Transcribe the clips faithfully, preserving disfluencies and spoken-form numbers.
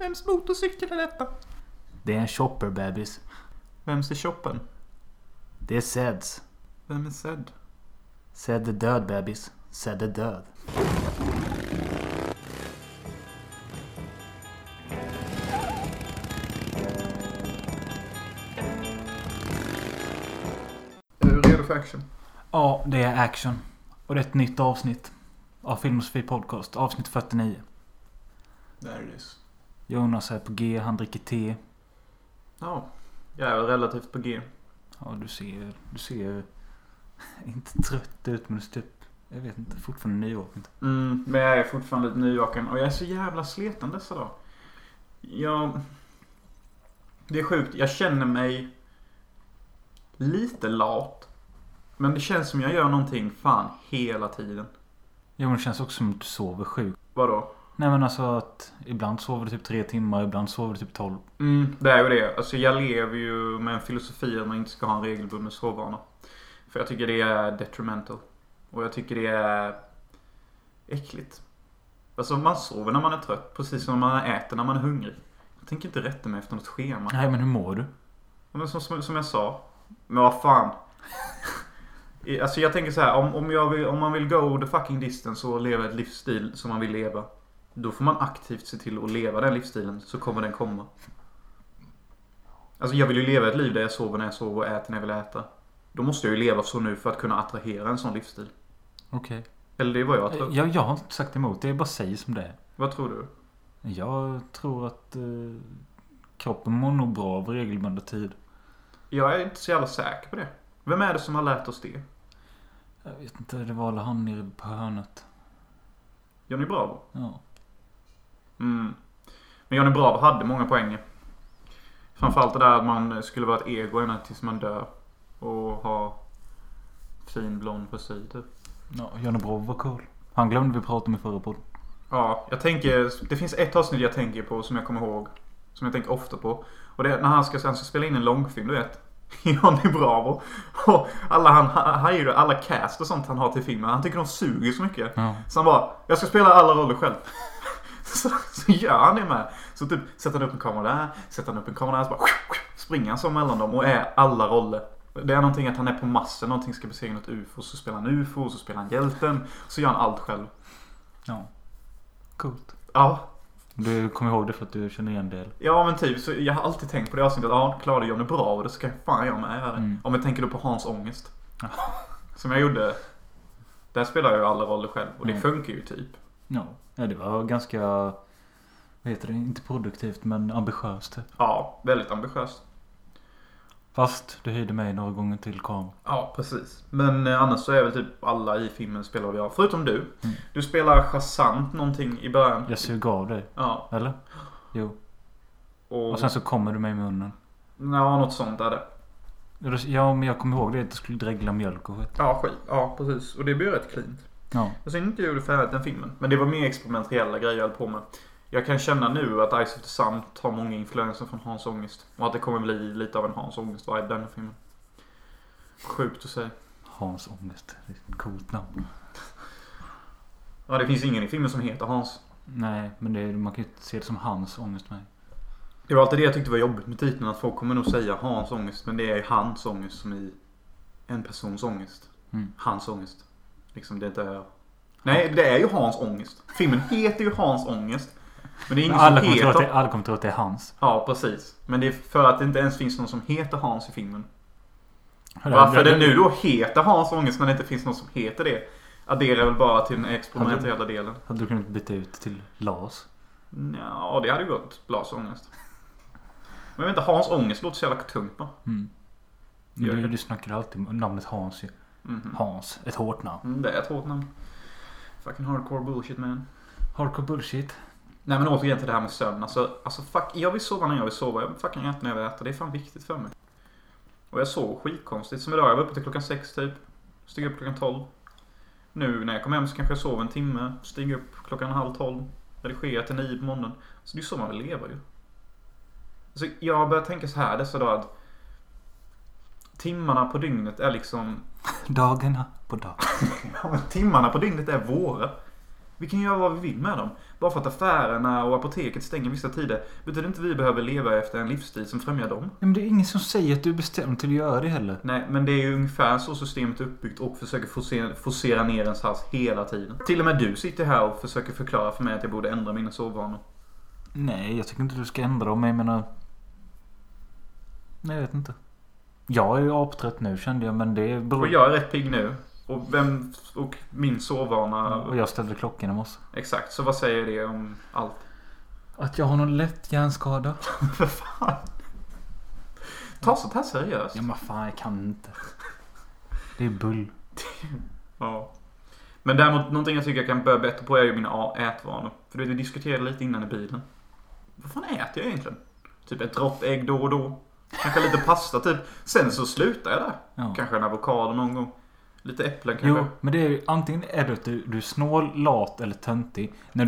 Vems motorcykel är detta? Det är en chopper, bebis. Vems är shoppen? Det är Zeds. Vem är Zed? Zed är död, bebis. Zed är död. Är du redo för action? Ja, det är action. Och det är ett nytt avsnitt av Filmosofie Podcast. Avsnitt fyrtionio. There it is. Jonas är på G, han dricker te. Ja, jag är relativt på G. Ja, du ser, du ser inte trött ut, men du ser typ, jag vet inte, fortfarande nyvaken. Mm, men jag är fortfarande lite nyvaken. Och jag är så jävla sleten dessa dag. Jag... Det är sjukt. Jag känner mig lite lat. Men det känns som jag gör någonting fan hela tiden. Jo, men det känns också som att du sover sjukt. Vadå? Nej, men alltså att ibland sover du typ tre timmar, ibland sover du typ tolv. Mm, det är ju det. Alltså jag lever ju med en filosofi att man inte ska ha en regelbunden sovvana. För jag tycker det är detrimental. Och jag tycker det är äckligt. Alltså man sover när man är trött, precis som man äter när man är hungrig. Jag tänker inte rätta mig efter något schema. Nej, men hur mår du? Men som, som, som jag sa. Men vad fan. Alltså jag tänker så här, om, om, jag vill, om man vill go the fucking distance och leva ett livsstil som man vill leva, då får man aktivt se till att leva den livsstilen, så kommer den komma. Alltså jag vill ju leva ett liv där jag sover när jag sover och äter när jag vill äta. Då måste jag ju leva så nu för att kunna attrahera en sån livsstil. Okej. Okay. Eller det är vad jag tror. Jag, jag har inte sagt emot, det är bara säger som det är. Vad tror du? Jag tror att eh, kroppen mår nog bra av regelbundna tid. Jag är inte så jävla säker på det. Vem är det som har lärt oss det? Jag vet inte, det var alla han nere på hörnet. Johnny Bravo? Ja. Mm. Men Johnny Bravo hade många poänger. Framförallt det där att man skulle vara ett ego ända tills man dör. Och ha fin blond frisyr typ. Ja, Johnny Bravo var cool. Han glömde vi prata om i förra podden. Ja, jag tänker, det finns ett avsnitt jag tänker på som jag kommer ihåg. Som jag tänker ofta på. Och det är när han ska, han ska spela in en långfilm, du vet. Johnny Bravo. Och alla han hajar, alla cast och sånt han har till filmen. Han tycker de suger så mycket. Ja. Så han bara, jag ska spela alla roller själv. så, så gör han det med. Så typ sätter han upp en kamera där, sätter han upp en kamera där, så bara springer han så mellan dem och är alla roller. Det är någonting att han är på massen, någonting ska besegra något U F O, så spelar han U F O, så spelar han hjälten, så gör han allt själv. Ja. Coolt. Ja. Du kommer ihåg det för att du känner igen det? Ja, men typ, så jag har alltid tänkt på det avsnittet att ja, klarade Johnny bra och det ska fan jag med göra. Mm. Om jag tänker då på Hans Ångest. Ja. Som jag gjorde. Där spelar jag ju alla roller själv och det mm. funkar ju typ. Ja, ja det var ganska, vad heter det, inte produktivt men ambitiöst typ. Ja, väldigt ambitiöst. Fast du hyrde mig några gånger till kameran. Ja, precis. Men eh, annars så är väl typ alla i filmen spelar vi av. Förutom du. Mm. Du spelar Shazant någonting i början. Jag suger av dig. Ja. Eller? Jo. Och, och sen så kommer du mig i munnen. Ja, något sånt är det. Ja, men jag kommer ihåg det att du skulle dregla mjölk och skit. Ja, skit. Ja, precis. Och det blir rätt cleant. Ja. Jag ser inte gjorde färdigt den filmen. Men det var mer experimentella grejer jag höll på med. Jag kan känna nu att Eyes of the Sun tar många influenser från Hans Ångest. Och att det kommer bli lite av en Hans Ångest-vibe den filmen. Sjukt att säga. Hans Ångest, det är ett coolt namn. Ja, det finns ingen i filmen som heter Hans. Nej, men det är, man kan ju inte se det som Hans Ångest med. Det var alltid det jag tyckte var jobbigt med titeln. Att folk kommer nog säga Hans Ångest. Men det är Hans Ångest som i en persons ångest. Mm. Hans Ångest. Liksom det är inte... Nej, det är ju Hans Ångest. Filmen heter ju Hans Ångest. Men det är ingen alla som kommer heter... Tro att det, alla kommer tro att det är Hans. Ja, precis. Men det är för att det inte ens finns någon som heter Hans i filmen. Varför det nu då heter Hans Ångest när det inte finns någon som heter det, adderar väl bara till den experimentella delen. Hade du kunnat byta ut till Lars? Ja, det hade ju gått. Lars Ångest. Men jag vet inte, Hans Ångest låter så jävla tungt va? Mm. Du, du snackar alltid om namnet Hans ju. Mm-hmm. Hans, ett hårt namn. Mm, det är ett hårt namn. Fucking hardcore bullshit man. Hardcore bullshit. Nej men återigen till det här med sömn. Alltså, alltså fuck, jag vill sova när jag vill sova. Jag vill fucking äta när jag vill äta. Det är fan viktigt för mig. Och jag sov skitkonstigt. Som idag, jag var uppe till klockan sex typ. Steg upp klockan tolv. Nu när jag kommer hem så kanske jag sover en timme. Steg upp klockan halv tolv. Redigerar till nio på morgonen. Så det är så man vill leva ju. Alltså jag börjar tänka så här dessa dagar att timmarna på dygnet är liksom... Dagarna på dagen. Ja, men timmarna på dygnet är våra. Vi kan göra vad vi vill med dem. Bara för att affärerna och apoteket stänger vissa tider betyder inte att vi behöver leva efter en livsstil som främjar dem. Men det är ingen som säger att du är bestämd till att göra det heller. Nej, men det är ju ungefär så systemet är uppbyggt och försöker forcera, forcera ner ens hals hela tiden. Till och med du sitter här och försöker förklara för mig att jag borde ändra mina sovvanor. Nej, jag tycker inte du ska ändra dem. Jag menar... Nej, jag vet inte. Jag är ju aptrött nu, kände jag, men det beror... Och jag är rätt pigg nu. Och, vem, och min sovvana... Och jag ställde klockan i morse. Exakt, så vad säger det om allt? Att jag har någon lätt hjärnskada. För fan. Ta sånt här seriöst. Ja, men fan, jag kan inte. Det är bull. Ja. Men däremot, någonting jag tycker jag kan börja bättre på är ju mina ätvanor. För det vi diskuterade lite innan i bilen. Vad fan äter jag egentligen? Typ ett rått ägg då och då. Kanske lite pasta typ. Sen så slutar jag där. Ja. Kanske en avokado någon gång. Lite äpplen kanske. Jo, men det är ju antingen är det att du, du är snål, lat eller töntig. När du...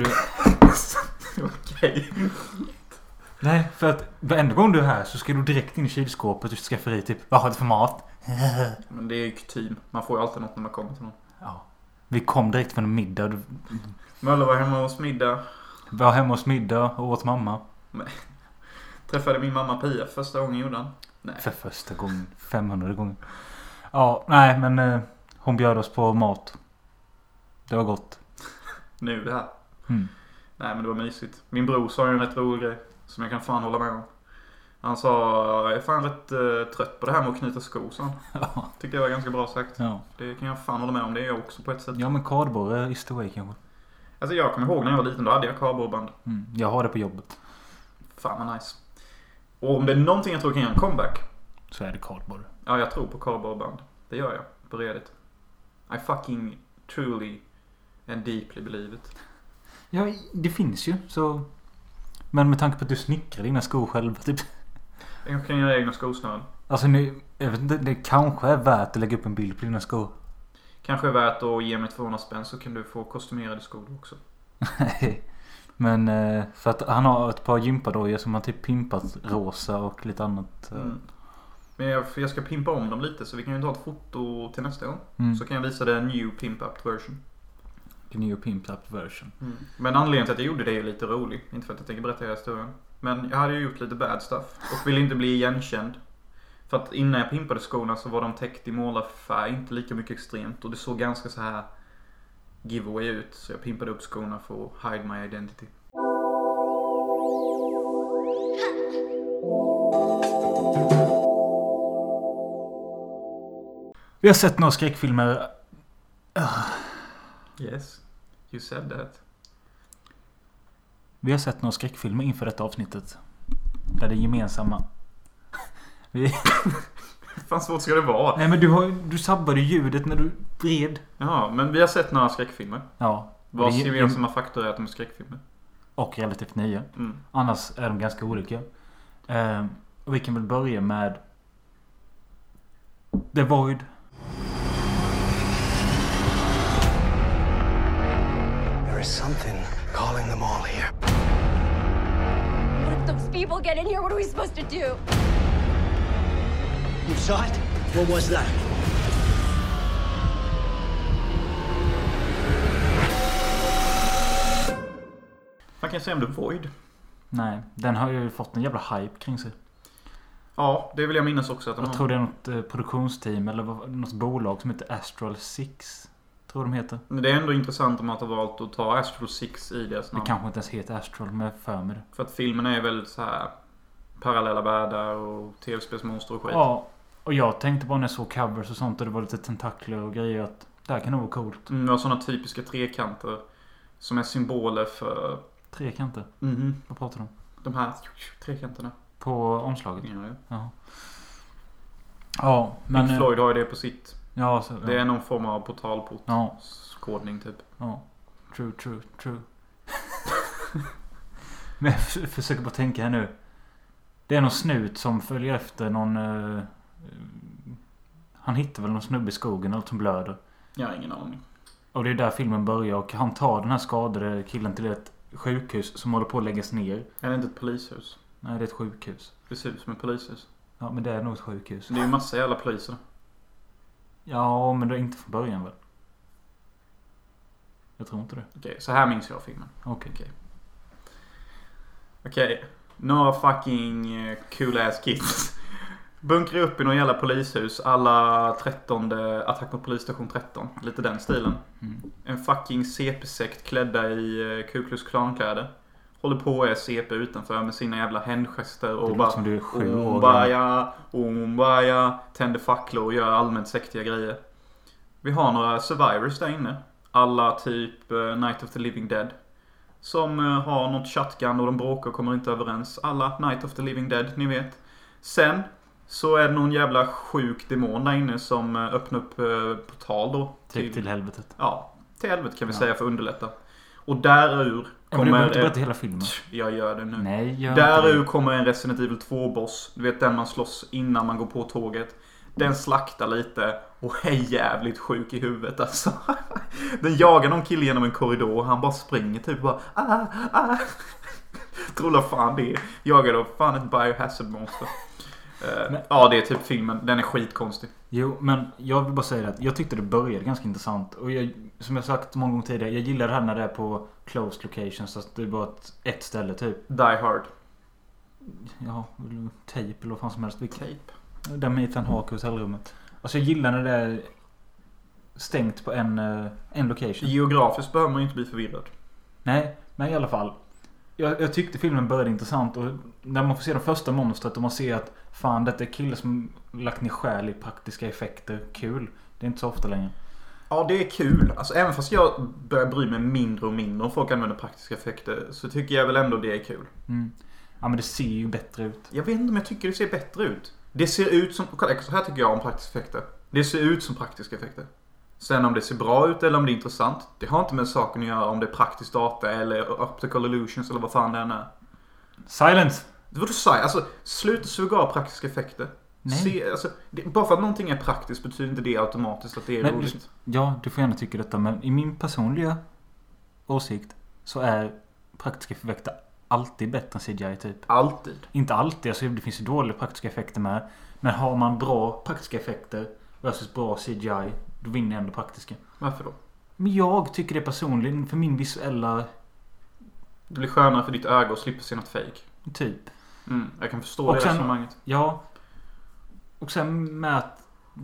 Okej. Nej, för att varenda gång du är här så ska du direkt in i kylskåpet och skaffa i typ, vad har du för mat? Men det är ju kutym. Man får ju alltid något när man kommer till någon. Ja. Vi kom direkt från en middag. Möller var hemma hos middag. Vi var hemma hos middag och åt mamma. Nej. Träffade min mamma Pia första gången gjorde han. Nej. För första gången. femhundra gånger. Ja, nej men eh, hon bjöd oss på mat. Det var gott. Nu det här. Mm. Nej men det var mysigt. Min bror sa ju en rätt rolig grej. Som jag kan fan hålla med om. Han sa, jag är fan rätt uh, trött på det här med att knyta skor, så. Ja. Tyckte jag var ganska bra sagt. Ja. Det kan jag fan hålla med om. Det är jag också på ett sätt. Ja, men kardborre is the way kanske. Alltså jag kommer ihåg när jag var liten, då hade jag kardborreband. Mm. Jag har det på jobbet. Fan vad nice. Och om det är någonting jag tror kan göra en comeback. Så är det kardborre. Ja, jag tror på kardborreband. Det gör jag. På redigt. I fucking truly and deeply believe it. Ja, det finns ju. Så... Men med tanke på att du snickrar dina skor själv typ. Jag kan göra egna skosnören. Alltså nu, jag vet inte, det kanske är värt att lägga upp en bild på dina skor. Kanske är värt att ge mig tvåhundra spänn så kan du få kostymerade skor också. Nej. Men för att han har ett par gympadojor som har typ pimpat rosa och lite annat. Mm. Men jag, jag ska pimpa om dem lite så vi kan ju ta ett foto till nästa gång. Mm. Så kan jag visa det new pimp up version. The new pimp up version. Mm. Men anledningen till att jag gjorde det är lite rolig. Inte för att jag tänker berätta hela historien. Men jag hade ju gjort lite bad stuff. Och ville inte bli igenkänd. För att innan jag pimpade skorna så var de täckt i målarfärg. Inte lika mycket extremt. Och det såg ganska så här giveaway ut. Så jag pimpade upp skorna för att hide my identity. Vi har sett några skräckfilmer. Yes, you said that. Vi har sett några skräckfilmer inför detta avsnittet. Där det är gemensamma. Vi... Fan svårt ska det vara. Nej men du, har, du sabbade ljudet när du vred. Ja, men vi har sett några skräckfilmer. Ja. Vars gemensamma faktor är att de är skräckfilmer. Och relativt nya. Mm. Annars är de ganska olika. Eh, och vi kan väl börja med The Void. There is something calling them all here. What if those people get in here? What are we supposed to do? You saw it? What was that? Man kan säga om The Void. Nej, den har ju fått en jävla hype kring sig. Ja, det vill jag minnas också. Att de jag har... tror det är något eh, produktionsteam eller något bolag som heter Astral Six. Tror de heter. Men det är ändå intressant om att ha valt att ta Astral Six i deras namn. Det kanske inte ens heter Astral, men jag för mig det. För att filmen är väldigt så här parallella världar och tv-spelsmonster och skit. Ja, och jag tänkte bara när jag såg covers och sånt och det var lite tentakler och grejer att det här kan nog vara coolt. Mm, och sådana typiska trekanter som är symboler för... Trekanter? Mm-hmm. Vad pratar du om? De här trekanterna. På omslaget? Ja, ja. Ja, ja men... Pink Floyd har ju det på sitt. Ja, så, ja. Det är någon form av portalport. Ja. Kodning typ. Ja. True, true, true. Men jag f- försöker bara tänka här nu. Det är någon snut som följer efter någon... Uh, han hittar väl någon snubbe i skogen eller som blöder. Jag har ingen aning. Och det är där filmen börjar och han tar den här skadade killen till ett sjukhus som håller på att läggas ner. Är det inte ett polishus? Nej, det är ett sjukhus. Det ser ut som ett polishus. Ja, men det är nog ett sjukhus. Det är ju massa jävla poliser. Ja, men det är inte från början väl? Jag tror inte det. Okej, så här minns jag filmen. Okej. Okej. Okej. Några fucking eh, cool ass kids. Bunkrar upp i någon jävla polishus. Alla trettonde attack mot polisstation tretton. Lite den stilen. Mm. En fucking C P-sekt klädda i eh, Ku Klux Klan-kläder. Håller på och är C P utanför med sina jävla händgester. Det Och låter bara som du är sju år gammal. Ombaya, ombaya. Tänder facklor och gör allmänt sektiga grejer. Vi har några survivors där inne. Alla typ uh, Night of the Living Dead. Som uh, har något shotgun och de bråkar och kommer inte överens. Alla Night of the Living Dead, ni vet. Sen så är det någon jävla sjuk demon där inne som uh, öppnar upp uh, portal då. Typ till helvetet. Ja, till helvetet kan vi Ja. säga för att underlätta. Och därur Ja, men du behöver kommer... inte berätta hela filmen. Jag gör det nu. Nej, gör Därur inte det. kommer en Resident Evil två-boss. Du vet den man slåss innan man går på tåget. Den slaktar lite och är jävligt sjuk i huvudet alltså. Den jagar någon kille genom en korridor. Han bara springer typ bara ah, ah. Tror fan det är. Jagar då fan ett biohazard monster. Uh, Men- ja, det är typ filmen. Den är skitkonstig. Jo, men jag vill bara säga att jag tyckte det började ganska intressant. Och jag, som jag sagt många gånger tidigare, jag gillar det här när det är på closed locations. Så att det är bara ett, ett ställe typ. Die Hard. Ja, tape eller vad fan som helst. Vilket, Tape. där med Ethan Hawke i hotellrummet. Alltså jag gillar när det är stängt på en, eh, en location. Geografiskt behöver man ju inte bli förvirrad. Nej, men i alla fall. Jag, jag tyckte filmen började intressant. Och när man får se de första monstret och man ser att fan, detta är killar som lagt ner själ i praktiska effekter. Kul. Det är inte så ofta längre. Ja, det är kul. Alltså även fast jag börjar bry mig mindre och mindre om folk använder praktiska effekter, så tycker jag väl ändå det är kul. Mm. Ja, men det ser ju bättre ut. Jag vet inte om jag tycker det ser bättre ut. Det ser ut som... Kolla, så här tycker jag om praktiska effekter. Det ser ut som praktiska effekter. Sen om det ser bra ut eller om det är intressant, det har inte med saken att göra om det är praktisk data eller optical illusions eller vad fan det än är. Silence! Det var du säger. Alltså, sluta suga av praktiska effekter. Nej. Se, alltså, det, bara för att någonting är praktiskt betyder inte det automatiskt att det är Men- roligt. Ja, du får gärna tycka detta. Men i min personliga åsikt så är praktiska effekter alltid bättre än C G I typ. Alltid. Inte alltid, alltså det finns ju dåliga praktiska effekter med. Men har man bra praktiska effekter versus bra C G I, då vinner jag ändå praktiska. Varför då? Men jag tycker det personligen, för min visuella Det blir skönare för ditt öga att slippa se något fake. typ. Mm, jag kan förstå Och det sen- resonemanget. Ja. Och sen med att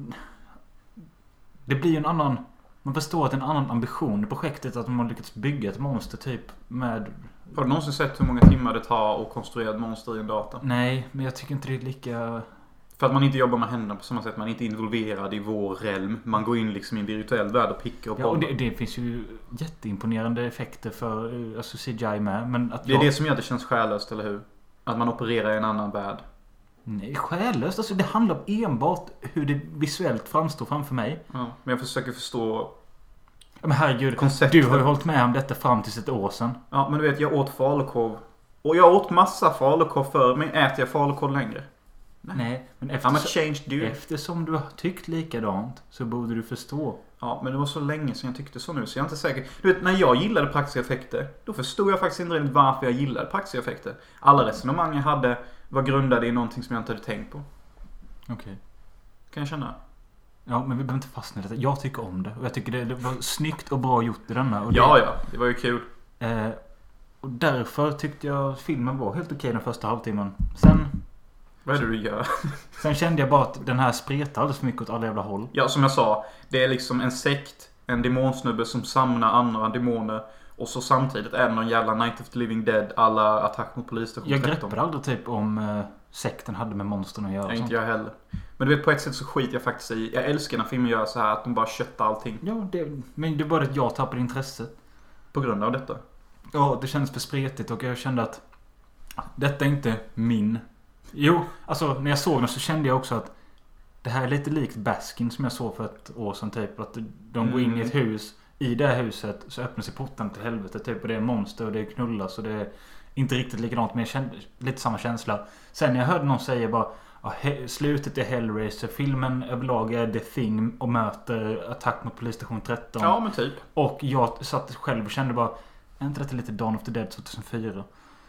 det blir ju en annan, man förstår att det är en annan ambition i projektet, att man har lyckats bygga ett monster typ med. Har du någonsin sett hur många timmar det tar att konstruera ett monster i en data? Nej, men jag tycker inte det är lika. För att man inte jobbar med händerna på samma sätt. Man är inte involverad i vår realm. Man går in liksom i en virtuell värld och pickar och Ja, och bollar. det, det finns ju jätteimponerande effekter för eh, alltså C G I med, men att Det är jag, det som gör att det känns själlöst, eller hur? Att man opererar i en annan värld. nej, själlöst. Alltså det handlar enbart hur det visuellt framstår framför mig. Ja, men jag försöker förstå Ja, men herregud, konceptet. du har ju hållit med om detta fram till ett år sedan. Ja, men du vet, jag åt falukorv. Och jag åt massa falukorv förr, men äter jag falukorv längre? Nej, men I'm a eftersom, changed dude. eftersom du har tyckt likadant så borde du förstå. Ja, men det var så länge sedan jag tyckte så nu, så jag är inte säker. Du vet, när jag gillade praktiska effekter, då förstod jag faktiskt inte riktigt varför jag gillade praktiska effekter. Alla resonemang jag hade var grundade i någonting som jag inte hade tänkt på. Okej. Kan jag känna? Ja, men vi behöver inte fastna i detta. Jag tycker om det. Och jag tycker det, det var snyggt och bra gjort i denna. Och det, Ja, ja. Det var ju kul. Eh, och därför tyckte jag filmen var helt okej den första halvtimmen. Sen, Vad är det du gör? sen kände jag bara att den här spretar alldeles för mycket åt alla jävla håll. Ja, som jag sa. Det är liksom en sekt. En demonsnubbe som samlar andra demoner. Och så samtidigt är det någon jävla Night of the Living Dead. Alla attack mot polisstation Jag tretton. greppade aldrig typ om eh, sekten hade med monstren att göra. Nej, och inte sånt. jag heller. Men du vet, på ett sätt så skiter jag faktiskt i. Jag älskar när filmer gör så här att de bara köttar allting. Ja, det, men det var det att jag tappade intresset. På grund av detta. Ja, det kändes för spretigt och jag kände att detta är inte min. Jo, alltså när jag såg den så kände jag också att det här är lite likt Baskin som jag såg för ett år sedan typ. Att de går in i ett hus. I det här huset så öppnar sig porten till helvete typ. Och det är monster och det är knullas och det är inte riktigt likadant. Men jag kände lite samma känsla. Sen när jag hörde någon säga bara ja, he- slutet är Hellraiser. Filmen överlag är The Thing och möter attack mot polisstation tretton. Ja, men typ. Och jag satt själv och kände bara är inte detta lite Dawn of the Dead tjugohundrafyra?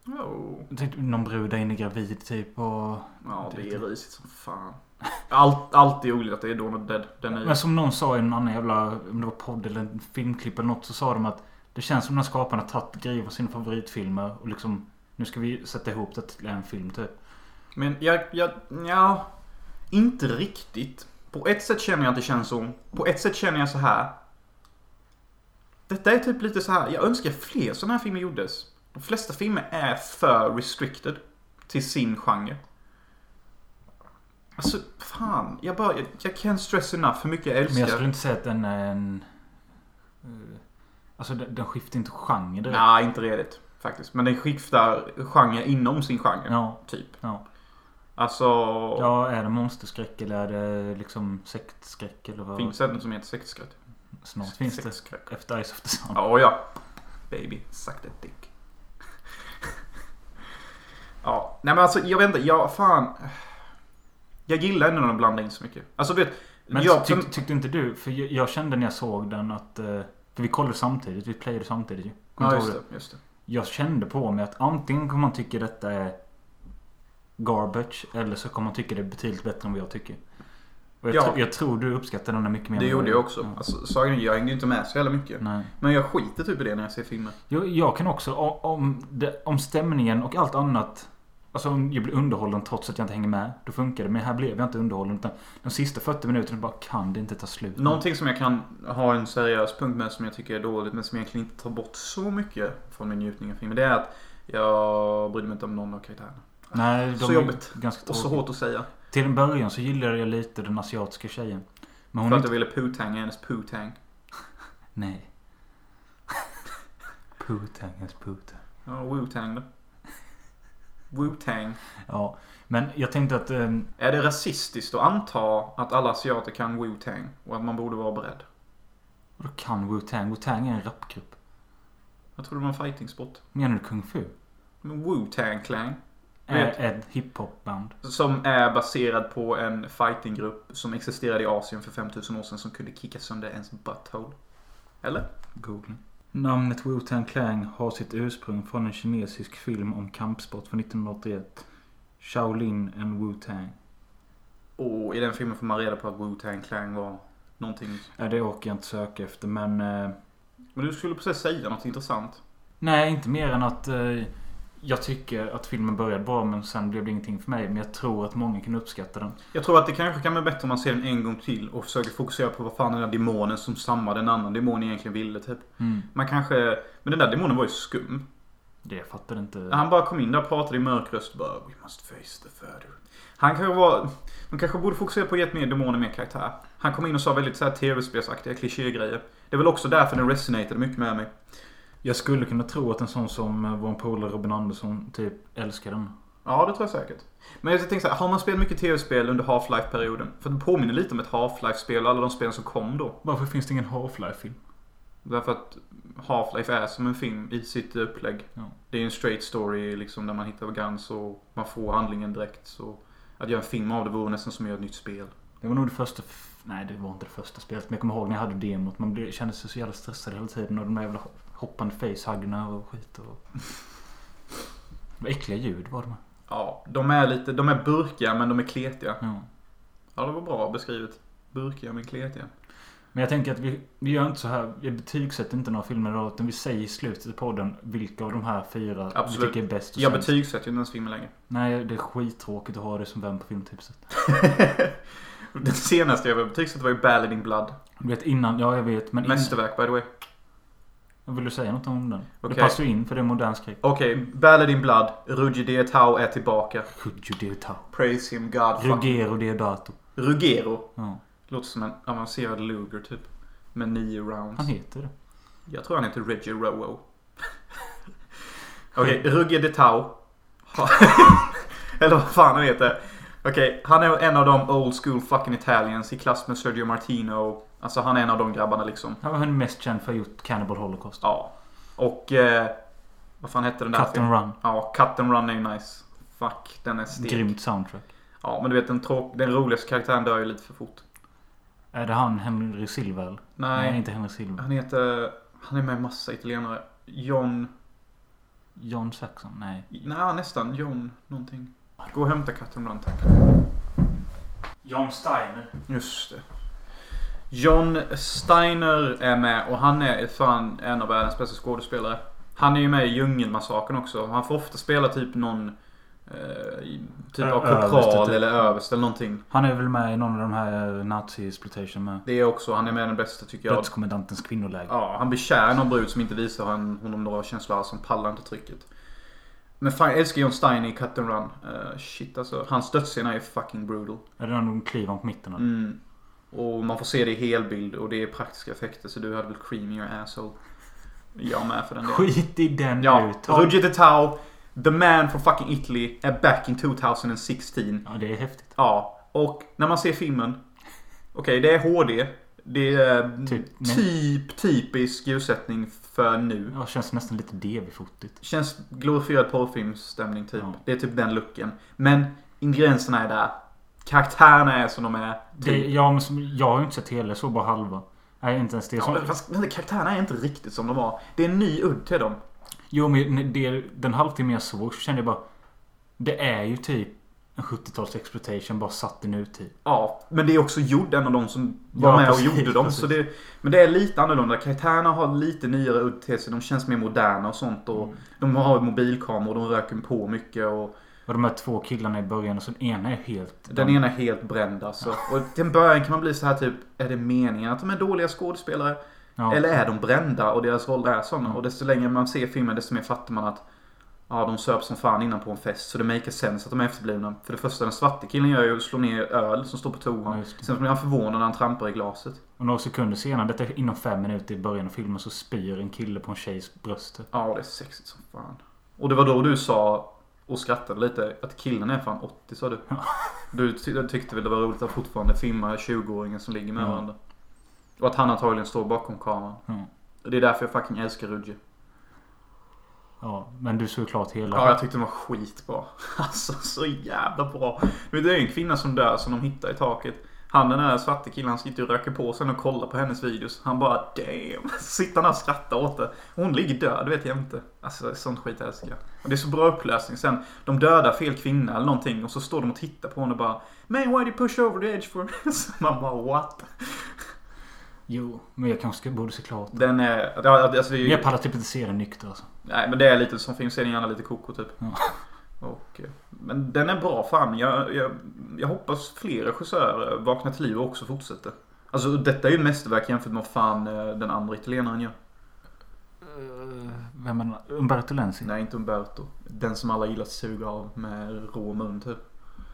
Oh. Typ någon brud där inne gravid typ och... Ja, det är risigt som fan. Allt, allt är roligt att det är Dawn of the Dead. Den är... Men som någon sa i en annan jävla, om det var podd eller en filmklipp eller något, så sa de att det känns som när skaparna tagit grejer från sina favoritfilmer och liksom, nu ska vi sätta ihop det till en film typ. Men jag, jag, ja, inte riktigt. På ett sätt känner jag att det känns så. På ett sätt känner jag så här. Detta är typ lite så här. Jag önskar fler sådana här filmer gjordes. De flesta filmer är för restricted till sin genre. Alltså, fan. Jag bara, jag, jag can't stress enough hur mycket jag älskar. Men jag skulle inte säga att den är en... Alltså den, den skiftar inte genre direkt. Nej, inte redigt faktiskt. Men den skiftar genre inom sin genre. Ja. Typ. Ja. Alltså... Ja, är det monsterskräck eller är det liksom sektskräck eller vad? Finns det något som heter sektskräck? Snart finns det Sektskräck. efter Eyes of the Sun. Ja, ja. Baby, suck that dick. Ja, nej men alltså jag vet inte, jag fan... Jag gillar ändå när de blandar in så mycket. Alltså vet... Men jag, tyck, tyckte inte du, för jag, jag kände när jag såg den att... För vi kollade samtidigt, vi playade samtidigt ju. Ja, just det, just det. Jag kände på mig att antingen kommer man tycka detta är garbage eller så kommer man tycka det är betydligt bättre än vad jag tycker. Och jag, ja. tro, jag tror du uppskattar den mycket mer. Det gjorde jag också. Ja. Alltså, sagan jag hängde inte med så jävla mycket. Nej. Men jag skiter typ i det när jag ser filmer. Jag, jag kan också, om, det, om stämningen och allt annat. Alltså om jag blir underhållen trots att jag inte hänger med. Då funkar det. Men här blev jag inte underhållen. Utan de sista fyrtio minuterna bara kan det inte ta slut. Någonting som jag kan ha en seriös punkt med som jag tycker är dåligt. Men som egentligen inte tar bort så mycket från min njutning av filmen. Det är att jag bryr mig inte om någon av karaktärerna. Nej, de så är jobbigt. Ganska och så hårt att säga. Till en början så gillade jag lite den asiatiska tjejen. Men hon För att inte... jag ville poo-tang hennes poo-tang. Nej. Poo-tang hennes poo-tang. Ja, Wu-tang då. Wu-tang. Ja, men jag tänkte att... Eh... Är det rasistiskt att anta att alla asiater kan Wu-tang? Och att man borde vara beredd? Vadå kan Wu-tang? Wu-tang är en rapgrupp. Jag tror det var en fighting-sport. Menar du kung fu? Men Wu-tang Clan. Är ett hiphopband. Som är baserad på en fightinggrupp som existerade i Asien för femtusen år sedan som kunde kicka sönder ens butthole. Eller? Googling. Namnet Wu-Tang Clan har sitt ursprung från en kinesisk film om kampsport från nittonhundraåttioett. Shaolin and Wu-Tang. Och i den filmen får man reda på att Wu-Tang Clan var någonting... Ja, det åker jag inte söka efter, men... Eh... Men du skulle precis säga något intressant. Nej, inte mer än att... Eh... Jag tycker att filmen började bra, men sen blev det ingenting för mig. Men jag tror att många kan uppskatta den. Jag tror att det kanske kan vara bättre om man ser den en gång till och försöker fokusera på vad fan den där demonen som samma den annan demon egentligen ville typ. Mm. Man kanske... Men den där demonen var ju skum. Det jag fattar inte. Han bara kom in där och pratade i mörk röst och bara We must face the father. Han kanske var... Man kanske borde fokusera på att ge mer demoner mer karaktär. Han kom in och sa väldigt så här tv-spelsaktiga klichégrejer. Det är väl också därför den resonerade mycket med mig. Jag skulle kunna tro att en sån som vår polare Robin Andersson typ älskar den. Ja, det tror jag säkert. Men jag tänkte så här, har man spelat mycket tv-spel under Half-Life-perioden? För det påminner lite om ett Half-Life-spel, alla de spelen som kom då. Varför finns det ingen Half-Life-film? Därför att Half-Life är som en film i sitt upplägg. Ja. Det är en straight story liksom, där man hittar guns och man får handlingen direkt. Så att göra en film av det vore nästan som att göra ett nytt spel. Det var nog det första... F- Nej, det var inte det första spelet. Men jag kommer ihåg när jag hade demot. Man blev, kände sig så jävla stressad hela tiden. Och de där jävla hoppande facehuggarna och skit. Och... Det var äckliga ljud var de. Ja, de är lite... De är burkiga men de är kletiga. Ja. Ja, det var bra beskrivet. Burkiga men kletiga. Men jag tänker att vi, vi gör inte så här. Vi betygsätter inte några filmer då. Utan vi säger i slutet i podden vilka av de här fyra Absolut. vi tycker är bäst och Jag sämst. betygsätter ju inte ens filmer längre. Nej, det är skittråkigt att ha det som vän på filmtipset. Den senaste jag betygsatte var ju Ballad in Blood. Du vet innan, ja jag vet. Men innan, Mästerverk by the way. vill du säga något om den? Okej. Det passar ju in för det är modern skräck. Okej, okay, Ballad in Blood. Ruggero Deodato är tillbaka. Ruggero Deodato. Praise him God. Ruggero Deodato. Ruggero. Ja. Låter som en avancerad Luger typ. Med nio rounds. Han heter det. Jag tror han heter Reggie Rowo. Okej, okay, Ruggero Deodato. Eller vad fan han heter. Okej, okay, han är en av de old school fucking Italians i klass med Sergio Martino. Alltså han är en av de grabbarna liksom. Han var han mest känd för att ha gjort Cannibal Holocaust. Ja. Och eh, vad fan hette den där Cut and Run. Ja, Cut and Run är ju nice. Fuck, den är stek. Grymt soundtrack. Ja, men du vet den, tråk- den roligaste karaktären dör ju lite för fort. Är det han Henry Silva? Nej. Nej, inte Henry Silva. Han heter... Han är med en massa italienare. John... John Saxon? Nej. Nej, nästan. John någonting. Gå och hämta katten ibland, tack. John Steiner. Just det. John Steiner är med och han är fan en av världens bästa skådespelare. Han är ju med i Djungelmassakern också. Han får ofta spela typ någon eh, typ av korpral typ. Eller överst eller någonting. Han är väl med i någon av de här Nazi-exploitation med. Det är också, han är med den bästa tycker jag. Dödskommendantens kvinnoläge. Ja, han blir kär i någon brud som inte visar honom några känslor som pallar inte trycket. Men fan, jag älskar John Steiner i Cut and Run. Uh, shit alltså. Hans dödsscena är fucking brutal. Är det någon klivan på mitten? Mm. Och man får se det i helbild och det är praktiska effekter. Så du hade väl cream your asshole. Jag med för den delen. Skit i den ja, nu. Ruggero Deodato, the man from fucking Italy, är back in tjugo sexton. Ja, det är häftigt. Ja, och när man ser filmen. Okej, okay, det är H D. Det är typ, typ typisk ljussättning för nu. Ja, känns nästan lite D V-fotigt. Känns glorifierad porrfilmsstämning typ. Ja. Det är typ den looken. Men ingredienserna är där. Karaktärerna är som de är. Typ. Det, ja, men jag har ju inte sett hela, så bara halva. Nej, inte ens det. Ja, som... men, fast, men karaktärerna är inte riktigt som de var. Det är en ny udd till dem. Jo, men det, den halvtimme jag såg så kände jag bara... Det är ju typ en sjuttio-tals exploitation bara satt i nutid. Ja, men det är också gjord en av de som var ja, med precis, och gjorde dem. Så det, men det är lite annorlunda. Karaktärerna har lite nyare udd till sig. De känns mer moderna och sånt. Och mm. De har mobilkameror och de röker på mycket. Och, och de här två killarna i början och så den ena är helt... Den de... ena är helt bränd alltså. Och till en början kan man bli så här typ... Är det meningen att de är dåliga skådespelare? Ja. Eller är de brända och deras roller är sådana? Mm. Och desto längre man ser filmen desto mer fattar man att... Ja, de söp som fan innan på en fest. Så det make sense att de är efterblivna. För det första, den svarte killen gör ju att slå ner öl som står på toan. Ja, sen blir han förvånad när han trampar i glaset. Och några sekunder senare, detta är inom fem minuter i början av filmen, så spyr en kille på en tjejs bröst. Ja, det är sexigt som fan. Och det var då du sa och skrattade lite att killen är fan åttio, sa du. Ja. Du ty- tyckte väl det var roligt att fortfarande filma tjugo-åringen som ligger med ja. varandra. Och att han antagligen står bakom kameran. Ja. Och det är därför jag fucking älskar Ruggero. Ja, men du såg klart hela... Ja, jag tyckte den var skitbra. Alltså, så jävla bra. Men det är en kvinna som dör som de hittar i taket. Han, den där svarte killen, han sitter och röker på sen och kollar på hennes videos. Han bara, damn. Sitter han där och skrattar åt det. Hon ligger död, vet jag inte. Alltså, sånt skit älskar jag. Och det är så bra upplösning. Sen, de dödar fel kvinna eller någonting. Och så står de och tittar på henne och bara, man, why do you push over the edge for? Så man bara, what? Jo, men jag kanske borde se klart. Den är... Alltså, det är ju... Jag pallar typ inte se den nykter alltså. Nej, men det är lite som film, ser den gärna lite koko typ. Ja. Och, men den är bra fan. Jag, jag, jag hoppas fler regissörer vaknar till liv och också fortsätter. Alltså detta är ju ett mästerverk jämfört med vad fan den andra italienaren gör. Uh, vem är det? Umberto Lenzi? Nej, inte Umberto. Den som alla gillar att suga av med rå mun typ.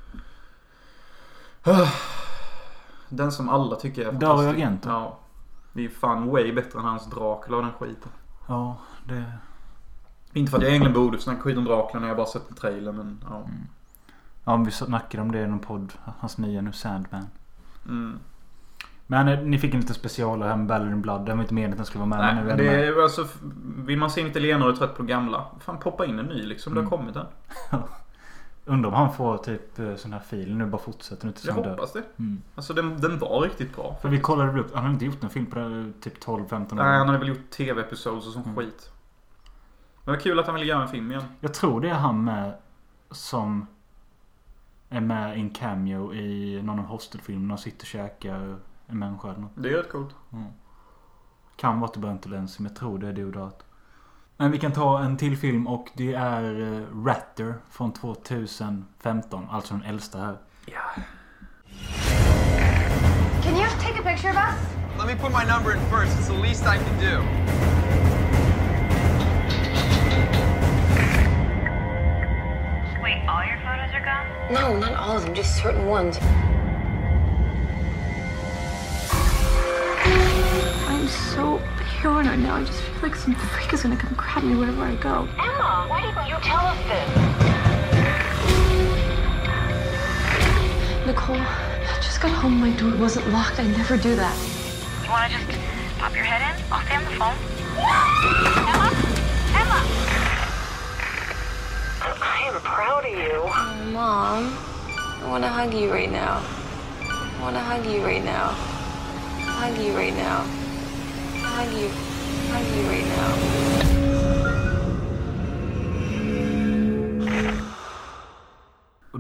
Den som alla tycker är fantastisk. Dario Argento. Ja. Det är fan way bättre än hans Dracula och den skiten. Ja, det... Inte för att jag egentligen borde snacka skit om Dracula när jag bara sett en trailer, men ja. Mm. Ja, om vi snackade om det i någon podd. Hans nya nu, Sandman. Mm. Men eh, ni fick en liten special här med Battle in Blood. Det var inte meningen att den skulle vara med. Nej, men det är alltså... Vill man se en italienare och trött på gamla, fan poppa in en ny liksom. Mm. Det har kommit den. Undrar om han får typ sån här fil nu bara fortsätter. Jag hoppas det. Mm. Alltså den, den var riktigt bra. För vi kollade upp, han har inte gjort en film på det, typ tolv femton år. Nej, han hade väl gjort tv-episoder och sån mm. skit. Men det var kul att han ville göra en film igen. Jag tror det är han med som är med i en cameo i någon av hostelfilmerna och sitter och käkar en människa eller något. Det är rätt coolt. Mm. Kan vara till Umberto Lenzi, men jag tror det är Deodato. Men vi kan ta en till film och det är uh, Ratter från tjugohundrafemton. Alltså den äldsta här. Ja. Can you take a picture of us? Let me put my number in first. It's the least I can do. Wait, all your photos are gone? No, not all of them. Just certain ones. I'm so paranoid now. I just feel like some freak is gonna come grab me wherever I go. Emma, why didn't you tell us this? Nicole, I just got home. My door wasn't locked. I never do that. You wanna just pop your head in? I'll stay on the phone. Emma? Emma! I am proud of you. Oh, Mom, I wanna hug you right now. I wanna hug you right now. Hug you right now. Hug you. Hug you right now.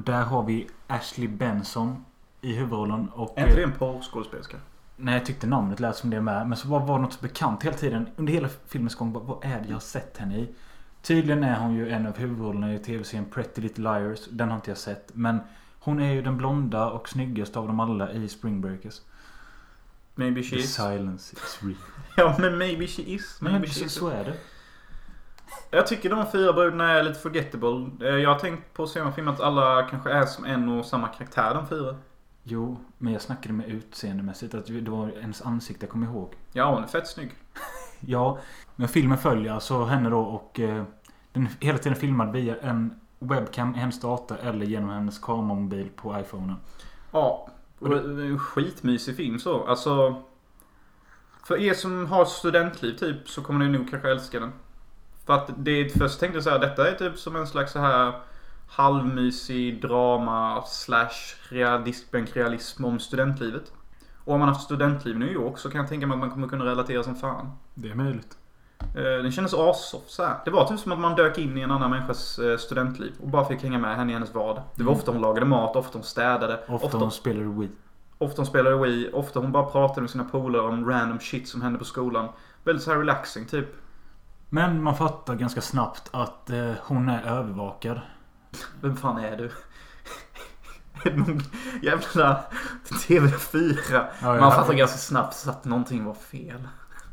där har vi Ashley Benson i huvudrollen. Och, Är inte det en porrskådespelerska? Nej, jag tyckte namnet lät som det med. Men så var, var det något så bekant hela tiden. Under hela filmens gång, vad, vad är det jag har sett henne i? Tydligen är hon ju en av huvudrollerna i tv-serien Pretty Little Liars. Den har inte jag sett. Men hon är ju den blonda och snyggaste av dem alla i Spring Breakers. Maybe she The is. silence is real. Ja, men maybe she is. Maybe Men she så, is. så är det. Jag tycker de fyra brudarna är lite forgettable. Jag har tänkt på senare film att alla kanske är som en och samma karaktär, de fyra. Jo, men jag snackade med utseendemässigt att det var ens ansikte jag kom ihåg. Ja, hon är fett snygg. Ja, men filmen följer alltså henne då och eh, den är hela tiden filmad via en webcam i hennes dator eller genom hennes kameramobil på iPhonen. Ja, och det är en skitmysig film så. Alltså, för er som har studentliv typ så kommer ni nog kanske älska den. För att det först tänkte jag så här, detta är typ som en slags så här halvmysig drama slash realism om studentlivet. Och om man har haft studentliv i New York så kan jag tänka mig att man kommer kunna relatera som fan. Det är möjligt. Den kändes asoft så här. Det var typ som att man dök in i en annan människas studentliv och bara fick hänga med henne i hennes vardag. Det var ofta hon lagade mat, ofta hon städade. Ofta, ofta hon spelade Wii. Ofta hon spelade Wii, ofta hon bara pratade med sina polare om random shit som hände på skolan. Väldigt så här relaxing typ. Men man fattar ganska snabbt att eh, hon är övervakad. Vem fan är du? Någon jävla T V fyra. Ja, ja. Man fattar ganska snabbt att någonting var fel.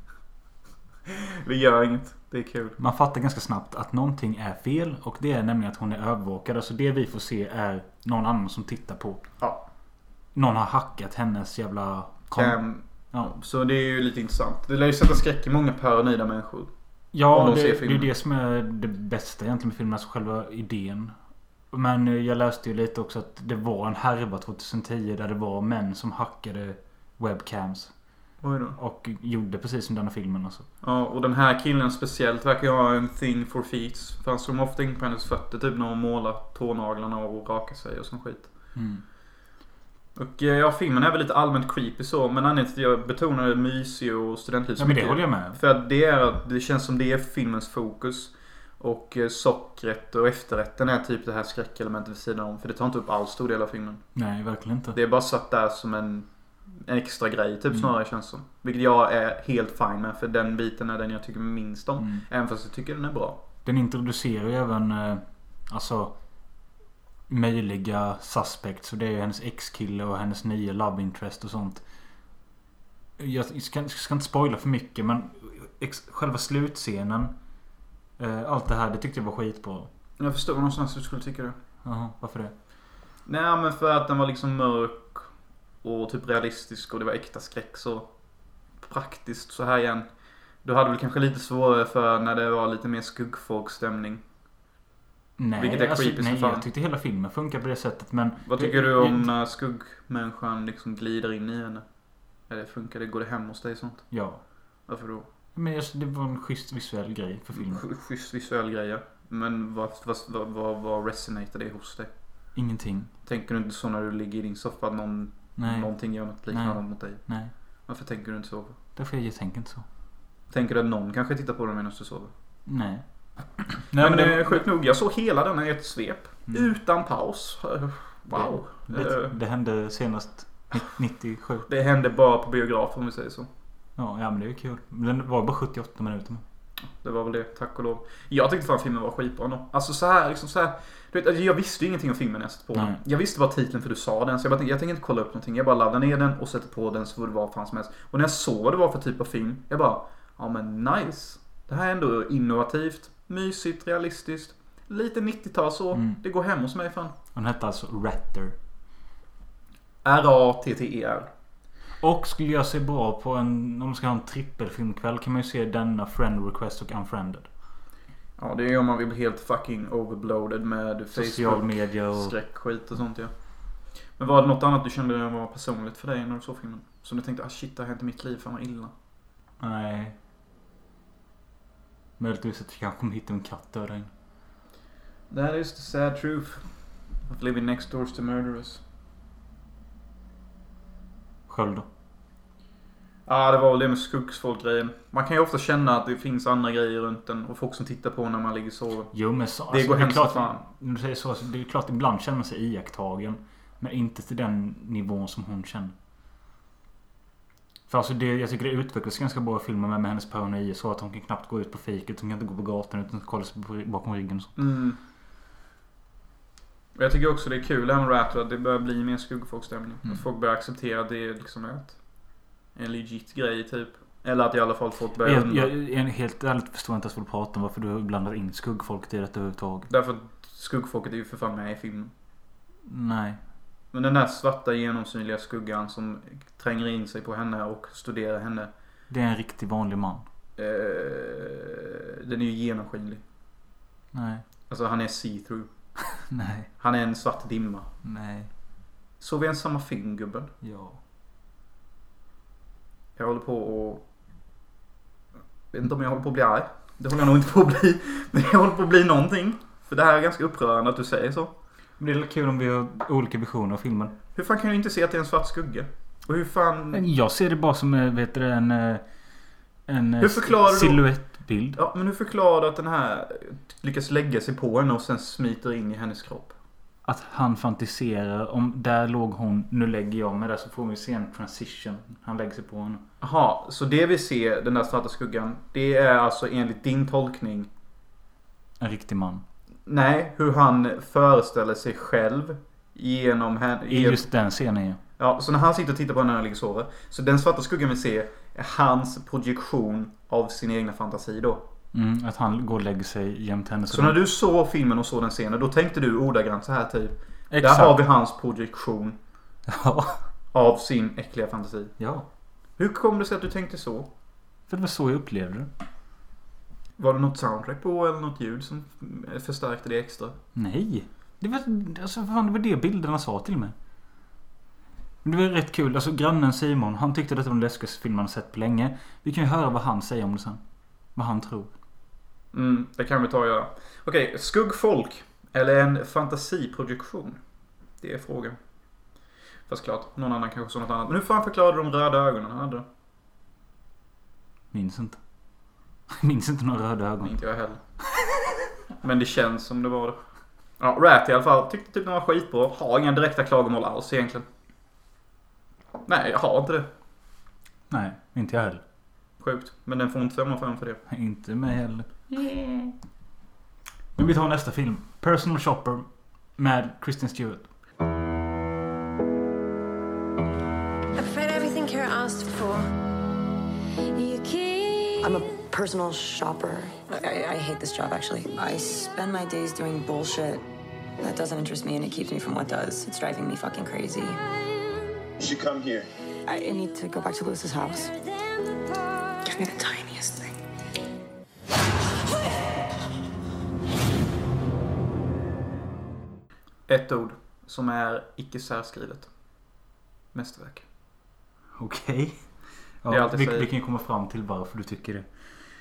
Vi gör inget. Det är kul. Man fattar ganska snabbt att någonting är fel. Och det är nämligen att hon är övervakad. Alltså det vi får se är någon annan som tittar på. Ja. Någon har hackat hennes jävla... Kom- Um, ja. Så det är ju lite intressant. Det lär ju sätta skräck i många paranoida människor. Ja, de det, ser det är filmen. det som är det bästa egentligen med filmen. Alltså själva idén. Men jag läste ju lite också att det var en härva tjugohundratio där det var män som hackade webcams. Oj då. Och gjorde precis som denna filmen alltså. Ja, och den här killen speciellt verkar ju ha en thing for feet. För han slår ofta in på hennes fötter typ när hon målar tånaglarna och rakar sig och sån skit. Mm. Och ja, filmen är väl lite allmänt creepy så. Men anledningen till att jag betonar mysig och studentliv så Ja, men det mycket. håller jag med. För att det, är, det känns som det är filmens fokus. Och eh, sockret och efterrätten är typ det här skräckelementet vid sidan om. För det tar inte upp all stor del av filmen. Nej, verkligen inte. Det är bara satt där som en, en extra grej typ Mm. snarare känns som. Vilket jag är helt fine med. För den biten är den jag tycker minst om. Mm. Även fast jag tycker den är bra. Den introducerar ju även eh, alltså möjliga suspects. Så det är ju hennes ex-kille och hennes nya love interest och sånt. Jag ska, ska inte spoila för mycket, men ex, själva slutscenen, eh, allt det här, det tyckte jag var skitbra. Jag förstår någonstans hur du skulle tycka det. Jaha, varför det? Nej, men för att den var liksom mörk och typ realistisk och det var äkta skräck så praktiskt så här igen. Du hade väl kanske lite svårare för när det var lite mer skuggfolkstämning. Nej, Vilket är alltså, creepy som nej fan. jag tyckte hela filmen funkar på det sättet, men... Vad tycker du om när skuggmänniskan liksom glider in i henne? Eller funkar det? Går det hem hos dig och sånt? Ja. Varför då? Men jag, det var en schysst visuell grej för filmen. Sch- Schysst visuell grejer. Men vad, vad, vad, vad, vad resonator det hos dig? Ingenting. Tänker du inte så när du ligger i din soffa att någon, Nej. någonting gör något liknande Nej. mot dig? Nej. Varför tänker du inte så? Därför jag tänker inte så. Tänker du att någon kanske tittar på den medan du sover? Nej. Nej, men det är sjukt nog. Jag såg hela den i ett svep. Mm. Utan paus. Wow. Det, Eh, det hände senast nittiosju. Det hände bara på biograf om vi säger så. Ja, ja men det är ju kul. Den var bara sjuttioåtta minuter. Det var väl det, tack och lov. Jag tyckte fan filmen var skitbra ändå. Alltså så här, liksom så här. Du vet, jag visste ju ingenting om filmen när jag satt på den. Nej. Jag visste bara titeln för du sa den. Så jag bara tänkte, jag tänker inte kolla upp någonting. Jag bara laddar ner den och sätter på den så får det vara fan som helst. Och när jag såg vad det var för typ av film. Jag bara, ja men nice. Det här är ändå innovativt, mysigt, realistiskt. Lite nittiotal så. Mm. Det går hem hos mig fan. Den hette alltså Ratter. R A T T E R. Och skulle jag se bra på en, om man ska ha en trippelfilmkväll kan man ju se denna, Friend Request och Unfriended. Ja, det är om man vill bli helt fucking overloaded med Social Facebook, media och... skräckskit och sånt ja. Men var det något annat du kände var personligt för dig när du såg filmen? Som du tänkte, ah shit, det har hänt i mitt liv, fan vad illa. Nej. Möjligtvis att jag kanske kommer hitta en katt där inne. That is the sad truth of living next doors to murderers. Själv då? Ja, det var väl det med skuggsfolk-grejen. Man kan ju ofta känna att det finns andra grejer runt den. Och folk som tittar på när man ligger och sover. Jo, men så, Det alltså, går det är hem som klart, fan. när du säger så, alltså, det är klart ibland känner man sig iakttagen. Men inte till den nivån som hon känner. För alltså det, jag tycker det utvecklas ganska bra i filmen med, med hennes paranoia. Så att hon kan knappt gå ut på fiket. Hon kan inte gå på gatan utan att kolla sig bakom ryggen. Så. Mm. Och jag tycker också det är kul här med Rat, att det börjar bli mer skuggfolkstämning. Mm. Att folk börjar acceptera att det är liksom ett, en legit grej typ. Eller att i alla fall folk börjar Jag, undra. jag, jag helt ärligt förstår inte ens vad du pratar om. Varför du blandar in skuggfolk i detta överhuvudtaget. Därför att skuggfolket är ju för fan med i filmen. Nej. Men den där svarta genomsynliga skuggan som tränger in sig på henne och studerar henne. Det är en riktig vanlig man. Eh, den är ju genomskinlig. Nej. Alltså han är see-through. Nej. Han är en svart dimma. Nej. Så vi en samma film, gubben. Ja. Jag håller på och... Jag vet inte om jag håller på att bli arg. Det håller jag nog inte på att bli. Men jag håller på att bli någonting. För det här är ganska upprörande att du säger så. Men det är kul om vi har olika visioner av filmen. Hur fan kan du inte se att det är en svart skugga? Och hur fan... Jag ser det bara som vet du, en, en Hur förklarar du- silhuettbild. Ja, men hur förklarar du att den här lyckas lägga sig på henne och sen smiter in i hennes kropp? Att han fantiserar om där låg hon, nu lägger jag mig där, så får vi se en transition. Han lägger sig på henne. Jaha, så det vi ser, den där svarta skuggan, det är alltså enligt din tolkning... En riktig man. Nej, hur han föreställer sig själv genom henne. I just den scenen, ja. Ja, så när han sitter och tittar på henne när han ligger och sover. Så den svarta skuggan vi ser är hans projektion av sin egna fantasi då. Mm, att han går och lägger sig jämt henne. Så när du såg filmen och såg den scenen, då tänkte du ordagrant så här typ. Exakt. Där har vi hans projektion Ja. av sin äckliga fantasi. Ja. Hur kom det sig att du tänkte så? För det var så jag upplevde det. Var det något soundtrack på eller något ljud som förstärkte det extra? Nej. Det var, alltså, fan, det var det bilderna sa till mig. Men det var rätt kul. Alltså grannen Simon, han tyckte detta var den läskigaste filmen han sett på länge. Vi kan ju höra vad han säger om det sen. Vad han tror. Mm, det kan vi ta och göra. Okej, skuggfolk eller en fantasiprojektion? Det är frågan. Fast klart, någon annan kanske sa något annat. Men hur fan förklarade de röda ögonen han hade? Minns inte. Minns inte några röda ögon. Inte jag heller. Men det känns som det var det. Ja, Rat i alla fall. Tyckte typ den var skitbra. Har inga direkta klagomål alls egentligen. Nej, jag har inte det. Nej, inte jag heller. Sjukt. Men den får inte fem av fem för det. Inte mig heller. Men vi tar nästa film. Personal Shopper med Kristen Stewart. I've read everything Kara asked for. You keep... I'm a personal shopper. I, I hate this job, actually. I spend my days doing bullshit that doesn't interest me, and it keeps me from what does. It's driving me fucking crazy. You should come here. I, I need to go back to Lewis's house. Give me the tiniest thing. Ett ord som är icke särskrivet. Mästerverk. Okej. Det är Ja, alltid vi, så- vi kan ju komma fram till varför du tycker det.